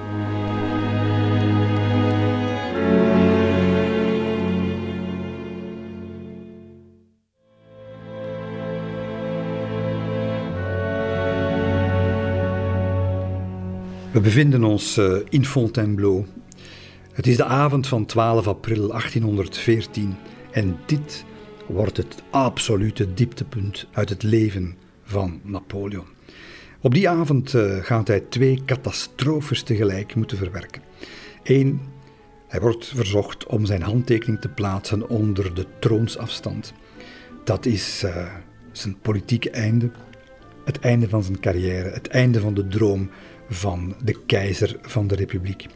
We bevinden ons uh, in Fontainebleau. Het is de avond van twaalf april achttienhonderdveertien en dit wordt het absolute dieptepunt uit het leven van Napoleon. Op die avond uh, gaat hij twee catastrofes tegelijk moeten verwerken. Eén, hij wordt verzocht om zijn handtekening te plaatsen onder de troonsafstand. Dat is uh, zijn politieke einde, het einde van zijn carrière, het einde van de droom van de keizer van de republiek.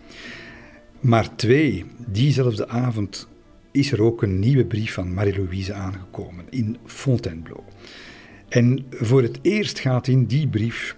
Maar twee, diezelfde avond is er ook een nieuwe brief van Marie-Louise aangekomen in Fontainebleau. En voor het eerst gaat in die brief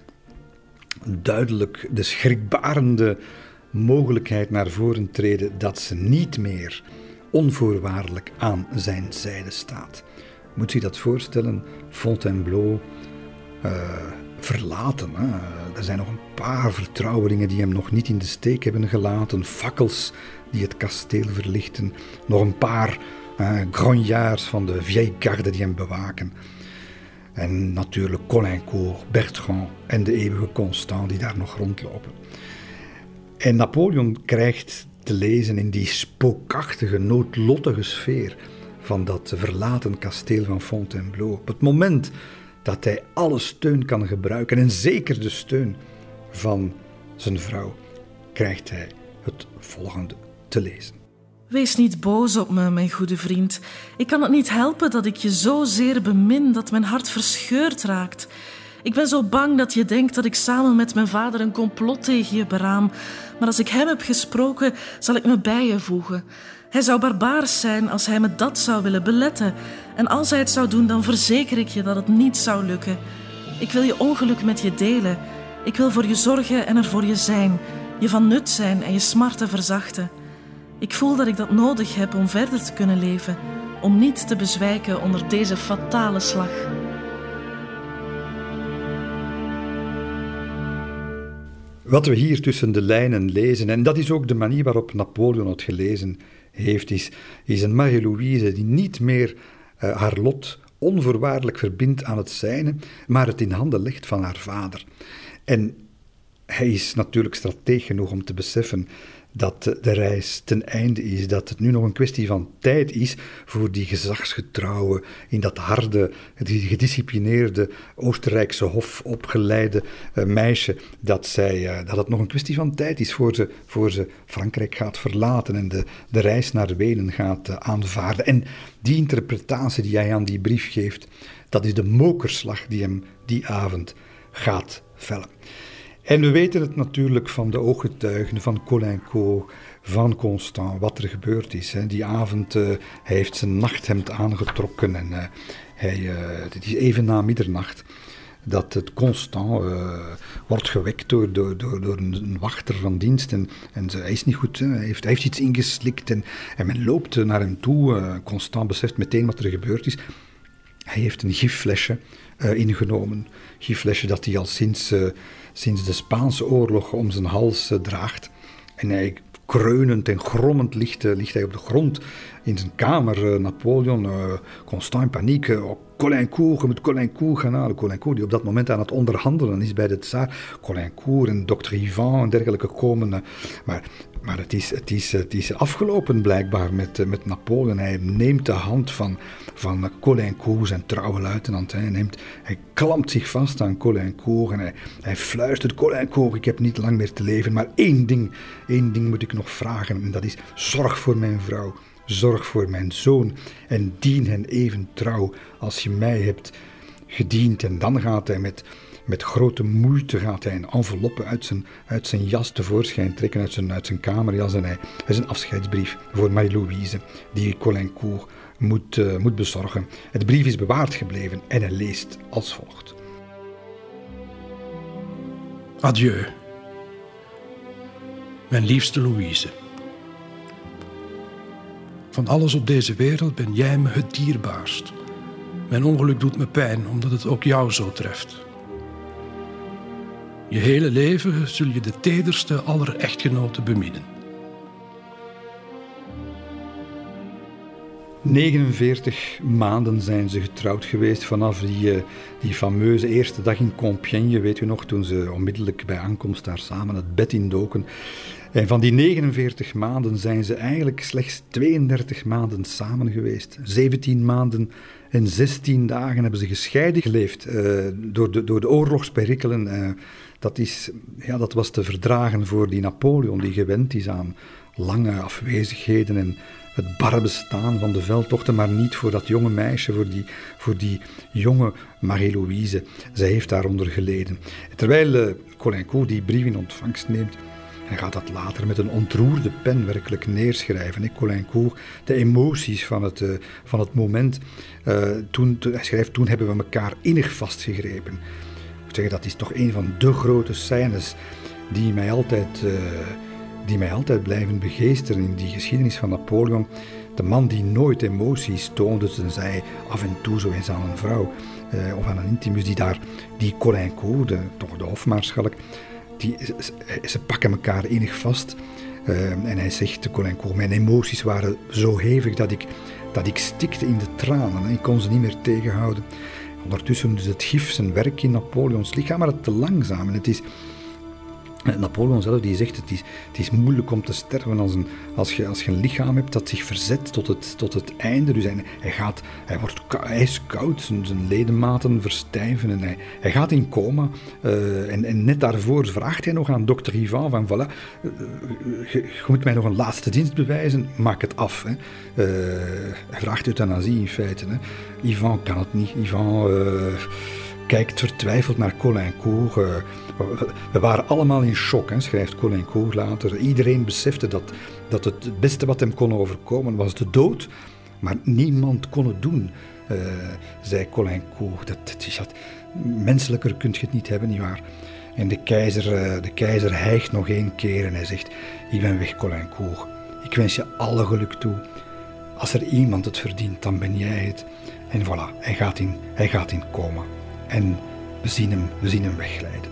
duidelijk de schrikbarende mogelijkheid naar voren treden dat ze niet meer onvoorwaardelijk aan zijn zijde staat. Moet je dat voorstellen? Fontainebleau uh, verlaten. Hè? Er zijn nog een paar vertrouwelingen die hem nog niet in de steek hebben gelaten. Fakkels die het kasteel verlichten. Nog een paar uh, grognards van de vieille garde die hem bewaken. En natuurlijk Caulaincourt, Bertrand en de eeuwige Constant die daar nog rondlopen. En Napoleon krijgt te lezen in die spookachtige, noodlottige sfeer van dat verlaten kasteel van Fontainebleau. Op het moment dat hij alle steun kan gebruiken, en zeker de steun van zijn vrouw, krijgt hij het volgende te lezen. Wees niet boos op me, mijn goede vriend. Ik kan het niet helpen dat ik je zozeer bemin dat mijn hart verscheurd raakt. Ik ben zo bang dat je denkt dat ik samen met mijn vader een complot tegen je beraam. Maar als ik hem heb gesproken, zal ik me bij je voegen. Hij zou barbaars zijn als hij me dat zou willen beletten. En als hij het zou doen, dan verzeker ik je dat het niet zou lukken. Ik wil je ongeluk met je delen. Ik wil voor je zorgen en er voor je zijn. Je van nut zijn en je smarten verzachten. Ik voel dat ik dat nodig heb om verder te kunnen leven. Om niet te bezwijken onder deze fatale slag. Wat we hier tussen de lijnen lezen, en dat is ook de manier waarop Napoleon het gelezen heeft, is, is een Marie-Louise die niet meer uh, haar lot onvoorwaardelijk verbindt aan het zijne, maar het in handen legt van haar vader. En hij is natuurlijk strateeg genoeg om te beseffen dat de reis ten einde is, dat het nu nog een kwestie van tijd is voor die gezagsgetrouwe, in dat harde, die gedisciplineerde Oostenrijkse hof opgeleide uh, meisje, dat, zij, uh, dat het nog een kwestie van tijd is voor ze, voor ze Frankrijk gaat verlaten en de, de reis naar Wenen gaat uh, aanvaarden. En die interpretatie die hij aan die brief geeft, dat is de mokerslag die hem die avond gaat vellen. En we weten het natuurlijk van de ooggetuigen, van Caulaincourt, van Constant, wat er gebeurd is. Hè. Die avond, uh, hij heeft zijn nachthemd aangetrokken en uh, hij, uh, het is even na middernacht dat het Constant uh, wordt gewekt door, door, door, door een, een wachter van dienst. En, en ze, hij is niet goed, hè. Hij, heeft, hij heeft iets ingeslikt en, en men loopt naar hem toe. Uh, Constant beseft meteen wat er gebeurd is. Hij heeft een gifflesje uh, ingenomen. Een gifflesje dat hij al sinds... Uh, sinds de Spaanse oorlog om zijn hals uh, draagt. En hij kreunend en grommend ligt, uh, ligt hij op de grond in zijn kamer. Uh, Napoleon, uh, Constant in paniek. Uh, oh, Caulaincourt, je moet Caulaincourt gaan halen. Caulaincourt die op dat moment aan het onderhandelen is bij de tsaar. Caulaincourt en dokter Ivan en dergelijke komen. Uh, maar maar het, is, het, is, het is afgelopen blijkbaar met, uh, met Napoleon. Hij neemt de hand van, van uh, Caulaincourt, zijn trouwe luitenant. Hij, neemt, hij klampt zich vast aan Caulaincourt en hij, hij fluistert: Caulaincourt, ik heb niet lang meer te leven, maar één ding, één ding moet ik nog vragen. En dat is: zorg voor mijn vrouw. Zorg voor mijn zoon en dien hen even trouw als je mij hebt gediend. En dan gaat hij met, met grote moeite gaat hij een enveloppe uit zijn, uit zijn jas tevoorschijn trekken, uit zijn, uit zijn kamerjas. En hij is een afscheidsbrief voor Marie-Louise, die Caulaincourt moet, uh, moet bezorgen. Het brief is bewaard gebleven en hij leest als volgt. Adieu, mijn liefste Louise. Van alles op deze wereld ben jij me het dierbaarst. Mijn ongeluk doet me pijn, omdat het ook jou zo treft. Je hele leven zul je de tederste aller echtgenoten beminnen. negenenveertig maanden zijn ze getrouwd geweest vanaf die, uh, die fameuze eerste dag in Compiègne, weet u nog, toen ze onmiddellijk bij aankomst daar samen het bed indoken. En van die negenenveertig maanden zijn ze eigenlijk slechts tweeëndertig maanden samen geweest. zeventien maanden en zestien dagen hebben ze gescheiden geleefd uh, door, de, door de oorlogsperikelen. Uh, dat, is, ja, dat was te verdragen voor die Napoleon, die gewend is aan lange afwezigheden en het barre bestaan van de veldtochten, maar niet voor dat jonge meisje, voor die, voor die jonge Marie-Louise. Zij heeft daaronder geleden. Terwijl uh, Caulaincourt die brief in ontvangst neemt, en gaat dat later met een ontroerde pen werkelijk neerschrijven. Hè. Caulaincourt, de emoties van het, uh, van het moment. Uh, toen, hij schrijft: toen hebben we elkaar innig vastgegrepen. Ik moet zeggen, dat is toch een van de grote scènes die mij altijd, uh, die mij altijd blijven begeesteren in die geschiedenis van Napoleon. De man die nooit emoties toonde, tenzij af en toe zo eens aan een vrouw uh, of aan een intimus, die daar, die Caulaincourt, de, toch de hofmaarschalk, Die, ze, ze pakken elkaar innig vast uh, en hij zegt, Caulaincourt: mijn emoties waren zo hevig dat ik, dat ik stikte in de tranen. Hè. Ik kon ze niet meer tegenhouden. Ondertussen doet het gif zijn werk in Napoleons lichaam, maar het te langzaam. En het is, Napoleon zelf die zegt: het is, het is moeilijk om te sterven als, een, als, je, als je een lichaam hebt dat zich verzet tot het, tot het einde. Dus hij, hij, gaat, hij wordt ijskoud, zijn, zijn ledematen verstijven en hij, hij gaat in coma. Uh, en, en net daarvoor vraagt hij nog aan dokter Ivan van voilà, uh, je, je moet mij nog een laatste dienst bewijzen, maak het af. Hè. Uh, hij vraagt euthanasie in feite. Hè. Ivan kan het niet. Ivan uh, kijkt vertwijfeld naar Caulaincourt. Uh, We waren allemaal in shock, hè, schrijft Caulaincourt later. Iedereen besefte dat, dat het, het beste wat hem kon overkomen was de dood, maar niemand kon het doen, uh, zei Caulaincourt. Dat, dat, dat, menselijker kun je het niet hebben, nietwaar? En de keizer, uh, de keizer hijgt nog één keer en hij zegt: ik ben weg, Caulaincourt. Ik wens je alle geluk toe. Als er iemand het verdient, dan ben jij het. En voilà, hij gaat in, hij gaat in coma. En we zien hem, we zien hem wegglijden.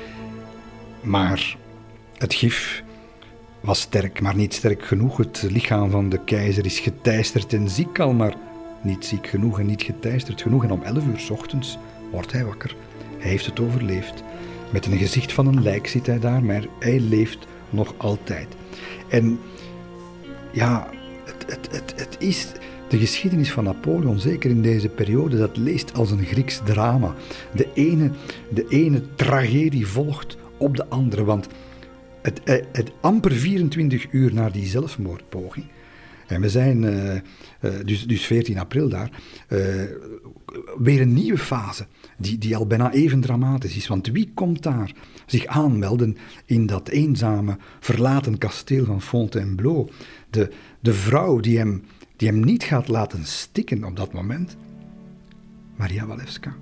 Maar het gif was sterk, maar niet sterk genoeg. Het lichaam van de keizer is geteisterd en ziek al, maar niet ziek genoeg en niet geteisterd genoeg. En om elf uur 's ochtends wordt hij wakker. Hij heeft het overleefd. Met een gezicht van een lijk zit hij daar, maar hij leeft nog altijd. En ja, het, het, het, het is de geschiedenis van Napoleon, zeker in deze periode, dat leest als een Grieks drama. De ene, de ene tragedie volgt op de andere, want het, het, het amper vierentwintig uur na die zelfmoordpoging, en we zijn uh, uh, dus, dus veertien april daar, uh, weer een nieuwe fase, die, die al bijna even dramatisch is. Want wie komt daar zich aanmelden in dat eenzame, verlaten kasteel van Fontainebleau? De, de vrouw die hem, die hem niet gaat laten stikken op dat moment? Maria Walewska.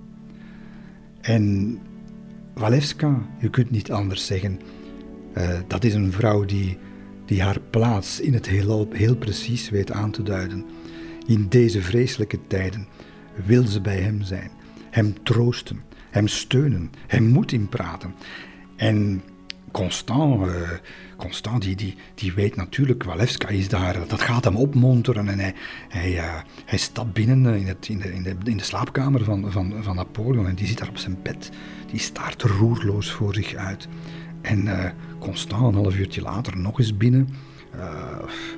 En Walewska, je kunt niet anders zeggen, uh, dat is een vrouw die... die haar plaats in het heelal heel precies weet aan te duiden. In deze vreselijke tijden wil ze bij hem zijn, hem troosten, hem steunen, hem moed inpraten. En Constant, uh, Constant die, die, die weet natuurlijk, Walewska is daar, dat gaat hem opmonteren en hij, hij, uh, hij stapt binnen in, het, in, de, in, de, in de slaapkamer van, van, van Napoleon en die zit daar op zijn bed, die staart roerloos voor zich uit. En uh, Constant, een half uurtje later, nog eens binnen. Uh,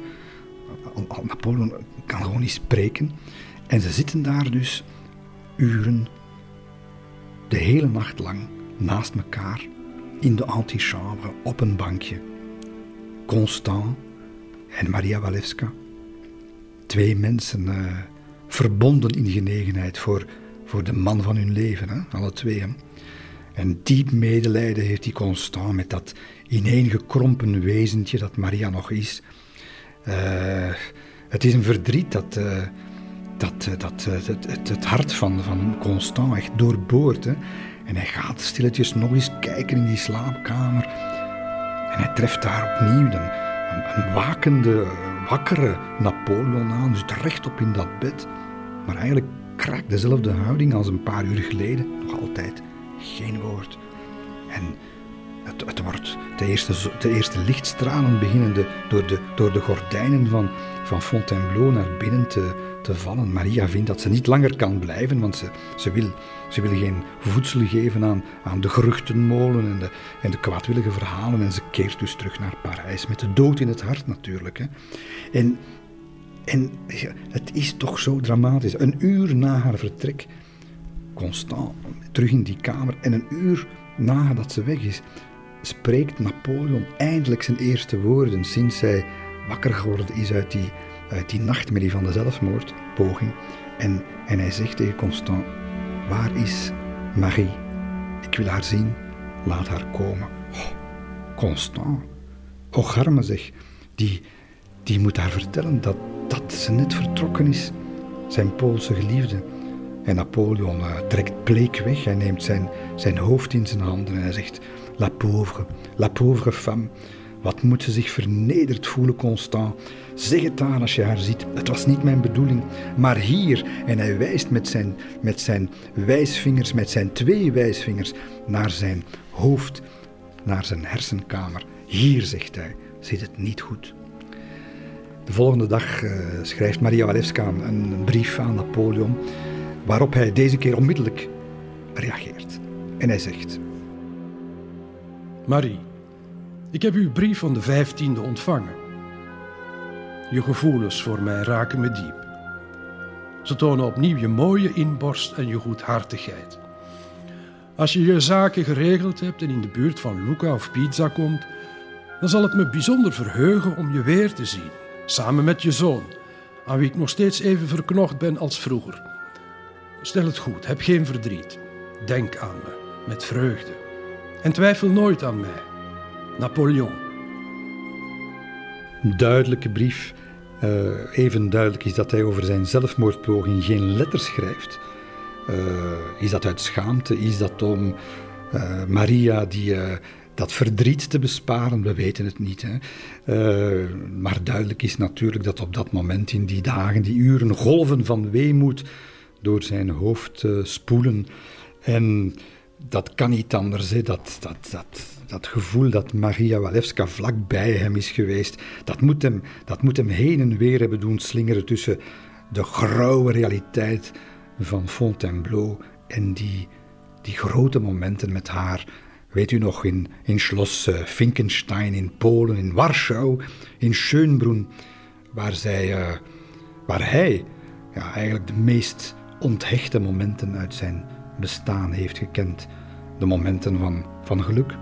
Napoleon kan gewoon niet spreken. En ze zitten daar dus uren, de hele nacht lang, naast elkaar, in de antichambre, op een bankje. Constant en Maria Walewska. Twee mensen uh, verbonden in genegenheid voor, voor de man van hun leven, hè? Alle twee. Hè? En diep medelijden heeft die Constant met dat ineengekrompen wezentje dat Maria nog is. Uh, het is een verdriet dat, uh, dat, uh, dat uh, het, het, het hart van, van Constant echt doorboort. Hè. En hij gaat stilletjes nog eens kijken in die slaapkamer. En hij treft daar opnieuw een, een, een wakende, wakkere Napoleon aan. Zit rechtop in dat bed. Maar eigenlijk kraakt dezelfde houding als een paar uur geleden. Nog altijd. Geen woord. En het, het wordt de eerste, de eerste lichtstralen beginnen de, door, de, door de gordijnen van, van Fontainebleau naar binnen te, te vallen. Maria vindt dat ze niet langer kan blijven, want ze, ze, wil, ze wil geen voedsel geven aan, aan de geruchtenmolen en de, en de kwaadwillige verhalen. En ze keert dus terug naar Parijs, met de dood in het hart natuurlijk. Hè. En, en ja, het is toch zo dramatisch. Een uur na haar vertrek, Constant terug in die kamer, en een uur nadat ze weg is, spreekt Napoleon eindelijk zijn eerste woorden sinds hij wakker geworden is uit die, uit die nachtmerrie van de zelfmoordpoging. En, en hij zegt tegen Constant: waar is Marie? Ik wil haar zien, laat haar komen. Oh, Constant, och arme zeg, die, die moet haar vertellen dat, dat ze net vertrokken is, zijn Poolse geliefde. En Napoleon uh, trekt bleek weg. Hij neemt zijn, zijn hoofd in zijn handen en hij zegt: La pauvre, la pauvre femme. Wat moet ze zich vernederd voelen, Constant. Zeg het aan als je haar ziet. Het was niet mijn bedoeling. Maar hier, en hij wijst met zijn, met zijn wijsvingers, met zijn twee wijsvingers, naar zijn hoofd, naar zijn hersenkamer. Hier, zegt hij, zit het niet goed. De volgende dag uh, schrijft Maria Walewska een, een brief aan Napoleon, waarop hij deze keer onmiddellijk reageert. En hij zegt: Marie, ik heb uw brief van de vijftiende ontvangen. Je gevoelens voor mij raken me diep. Ze tonen opnieuw je mooie inborst en je goedhartigheid. Als je je zaken geregeld hebt en in de buurt van Lucca of Pisa komt, dan zal het me bijzonder verheugen om je weer te zien, samen met je zoon, aan wie ik nog steeds even verknocht ben als vroeger. Stel het goed, heb geen verdriet. Denk aan me, met vreugde. En twijfel nooit aan mij. Napoleon. Een duidelijke brief. Uh, even duidelijk is dat hij over zijn zelfmoordpoging geen letter schrijft. Uh, is dat uit schaamte? Is dat om uh, Maria die, uh, dat verdriet te besparen? We weten het niet. Hè? Uh, maar duidelijk is natuurlijk dat op dat moment, in die dagen, die uren, golven van weemoed door zijn hoofd uh, spoelen. En dat kan niet anders. Hè? Dat, dat, dat, dat gevoel dat Maria Walewska vlak bij hem is geweest, dat moet hem, dat moet hem heen en weer hebben doen slingeren tussen de grauwe realiteit van Fontainebleau en die, die grote momenten met haar. Weet u nog, in, in Schloss Finkenstein in Polen, in Warschau, in Schönbrunn, waar, zij, uh, waar hij ja, eigenlijk de meest onthechte momenten uit zijn bestaan heeft gekend. De momenten van, van geluk.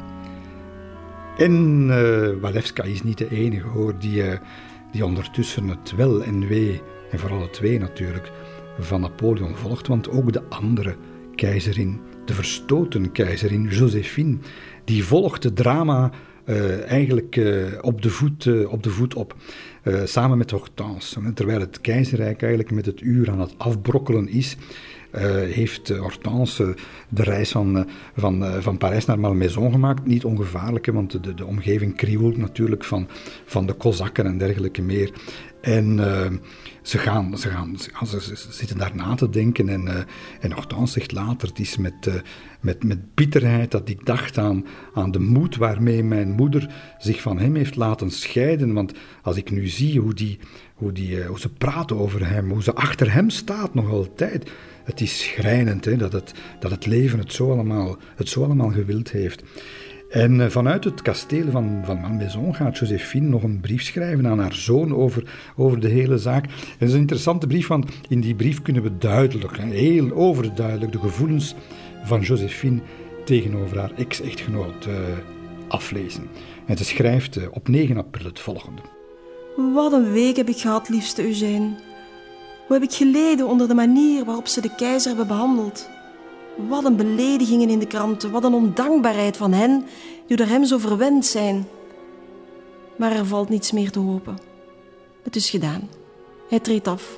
En uh, Walewska is niet de enige hoor, die, uh, die ondertussen het wel en wee, en vooral het wee natuurlijk, van Napoleon volgt. Want ook de andere keizerin, de verstoten keizerin Joséphine, die volgt het drama uh, eigenlijk uh, op, de voet, uh, op de voet op. Uh, samen met Hortense. Terwijl het keizerrijk eigenlijk met het uur aan het afbrokkelen is, Uh, heeft uh, Hortense de reis van, uh, van, uh, van Parijs naar Malmaison gemaakt. Niet ongevaarlijk, want de, de omgeving krioelt natuurlijk van, van de Kozakken en dergelijke meer. En uh, ze, gaan, ze, gaan, ze, gaan, ze, ze zitten daar na te denken. En, uh, en Hortense zegt later, het is met, uh, met, met bitterheid dat ik dacht aan, aan de moed waarmee mijn moeder zich van hem heeft laten scheiden. Want als ik nu zie hoe, die, hoe, die, uh, hoe ze praten over hem, hoe ze achter hem staat nog altijd. Het is schrijnend hè, dat, het, dat het leven het zo allemaal, het zo allemaal gewild heeft. En uh, vanuit het kasteel van, van Malmaison gaat Joséphine nog een brief schrijven aan haar zoon over, over de hele zaak. En dat is een interessante brief, want in die brief kunnen we duidelijk, hè, heel overduidelijk, de gevoelens van Joséphine tegenover haar ex-echtgenoot uh, aflezen. En ze schrijft uh, op negen april het volgende. Wat een week heb ik gehad, liefste Eugène. Hoe heb ik geleden onder de manier waarop ze de keizer hebben behandeld. Wat een beledigingen in de kranten, wat een ondankbaarheid van hen die door hem zo verwend zijn. Maar er valt niets meer te hopen. Het is gedaan. Hij treedt af.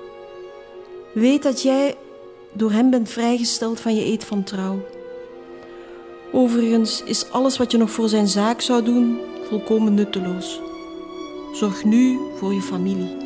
Weet dat jij door hem bent vrijgesteld van je eed van trouw. Overigens is alles wat je nog voor zijn zaak zou doen volkomen nutteloos. Zorg nu voor je familie.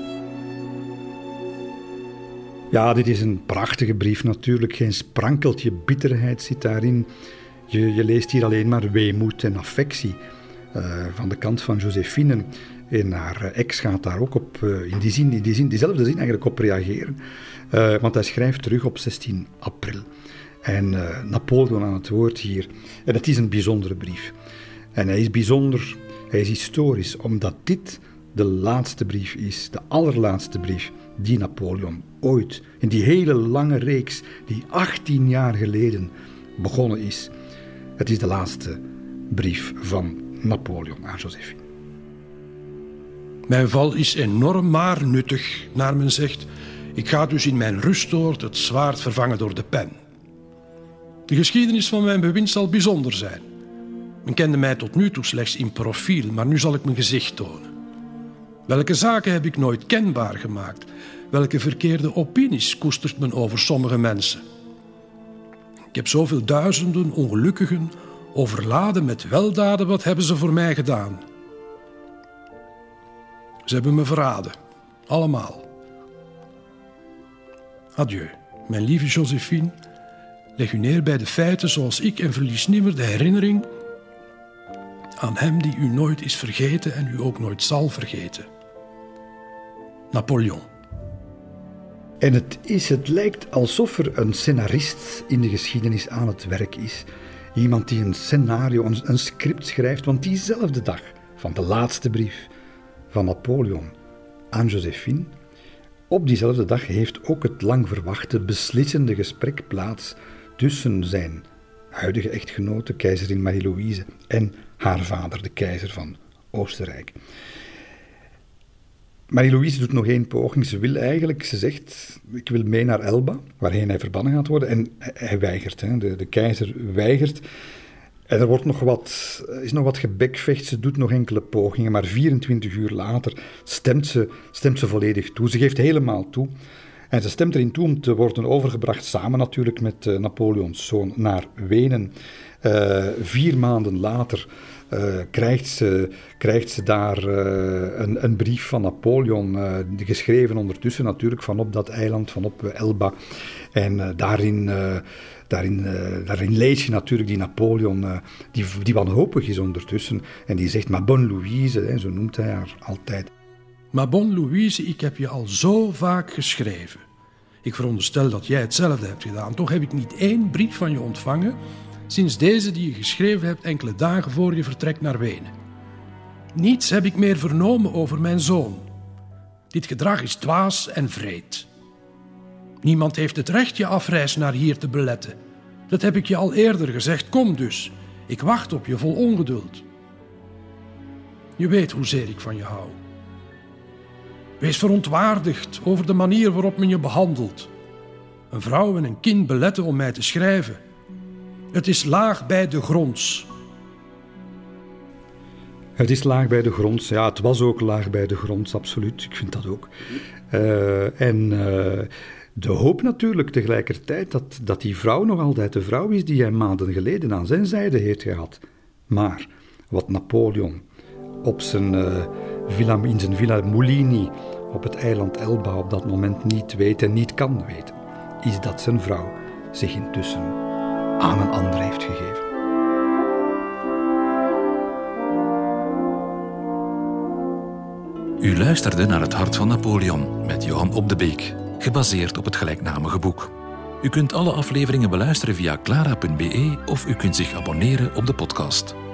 Ja, dit is een prachtige brief natuurlijk. Geen sprankeltje bitterheid zit daarin. Je, je leest hier alleen maar weemoed en affectie uh, van de kant van Joséphine. En haar ex gaat daar ook op, uh, in, die zin, in die zin, diezelfde zin eigenlijk op reageren. Uh, want hij schrijft terug op zestien april. En uh, Napoleon aan het woord hier. En het is een bijzondere brief. En hij is bijzonder, hij is historisch, omdat dit de laatste brief is, de allerlaatste brief die Napoleon ooit, in die hele lange reeks die achttien jaar geleden begonnen is. Het is de laatste brief van Napoleon aan Joséphine. Mijn val is enorm maar nuttig, naar men zegt. Ik ga dus in mijn rustoord het zwaard vervangen door de pen. De geschiedenis van mijn bewind zal bijzonder zijn. Men kende mij tot nu toe slechts in profiel, maar nu zal ik mijn gezicht tonen. Welke zaken heb ik nooit kenbaar gemaakt? Welke verkeerde opinies koestert men over sommige mensen? Ik heb zoveel duizenden ongelukkigen overladen met weldaden. Wat hebben ze voor mij gedaan? Ze hebben me verraden. Allemaal. Adieu, mijn lieve Joséphine. Leg u neer bij de feiten zoals ik en verlies nimmer de herinnering aan hem die u nooit is vergeten en u ook nooit zal vergeten. Napoleon. En het, is, het lijkt alsof er een scenarist in de geschiedenis aan het werk is. Iemand die een scenario, een, een script schrijft, want diezelfde dag van de laatste brief van Napoleon aan Joséphine, op diezelfde dag heeft ook het lang verwachte beslissende gesprek plaats tussen zijn huidige echtgenote, keizerin Marie-Louise, en haar vader, de keizer van Oostenrijk. Marie-Louise doet nog één poging. Ze wil eigenlijk, ze zegt, ik wil mee naar Elba, waarheen hij verbannen gaat worden. En hij weigert, hè. De, de keizer weigert. En er wordt nog wat, is nog wat gebekvecht. Ze doet nog enkele pogingen, maar vierentwintig uur later stemt ze, stemt ze volledig toe. Ze geeft helemaal toe. En ze stemt erin toe om te worden overgebracht, samen natuurlijk met uh, Napoleons zoon, naar Wenen. Uh, vier maanden later uh, krijgt, ze, krijgt ze daar uh, een, een brief van Napoleon, uh, geschreven ondertussen natuurlijk vanop dat eiland, vanop Elba. En uh, daarin... Uh, Daarin, uh, daarin lees je natuurlijk die Napoleon, uh, die, die wanhopig is ondertussen. En die zegt, maar bonne Louise, hè, zo noemt hij haar altijd. Maar bon, Louise, ik heb je al zo vaak geschreven. Ik veronderstel dat jij hetzelfde hebt gedaan. Toch heb ik niet één brief van je ontvangen sinds deze die je geschreven hebt enkele dagen voor je vertrek naar Wenen. Niets heb ik meer vernomen over mijn zoon. Dit gedrag is dwaas en wreed. Niemand heeft het recht je afreis naar hier te beletten. Dat heb ik je al eerder gezegd. Kom dus. Ik wacht op je vol ongeduld. Je weet hoezeer ik van je hou. Wees verontwaardigd over de manier waarop men je behandelt. Een vrouw en een kind beletten om mij te schrijven. Het is laag bij de gronds. Het is laag bij de gronds. Ja, het was ook laag bij de gronds, absoluut. Ik vind dat ook. Uh, en uh, de hoop natuurlijk tegelijkertijd dat, dat die vrouw nog altijd de vrouw is die hij maanden geleden aan zijn zijde heeft gehad. Maar wat Napoleon op zijn, uh, villa, in zijn villa Mulini op het eiland Elba op dat moment niet weet en niet kan weten, is dat zijn vrouw zich intussen aan een ander heeft gegeven. U luisterde naar Het Hart van Napoleon met Johan Op de Beek, gebaseerd op het gelijknamige boek. U kunt alle afleveringen beluisteren via clara punt be of u kunt zich abonneren op de podcast.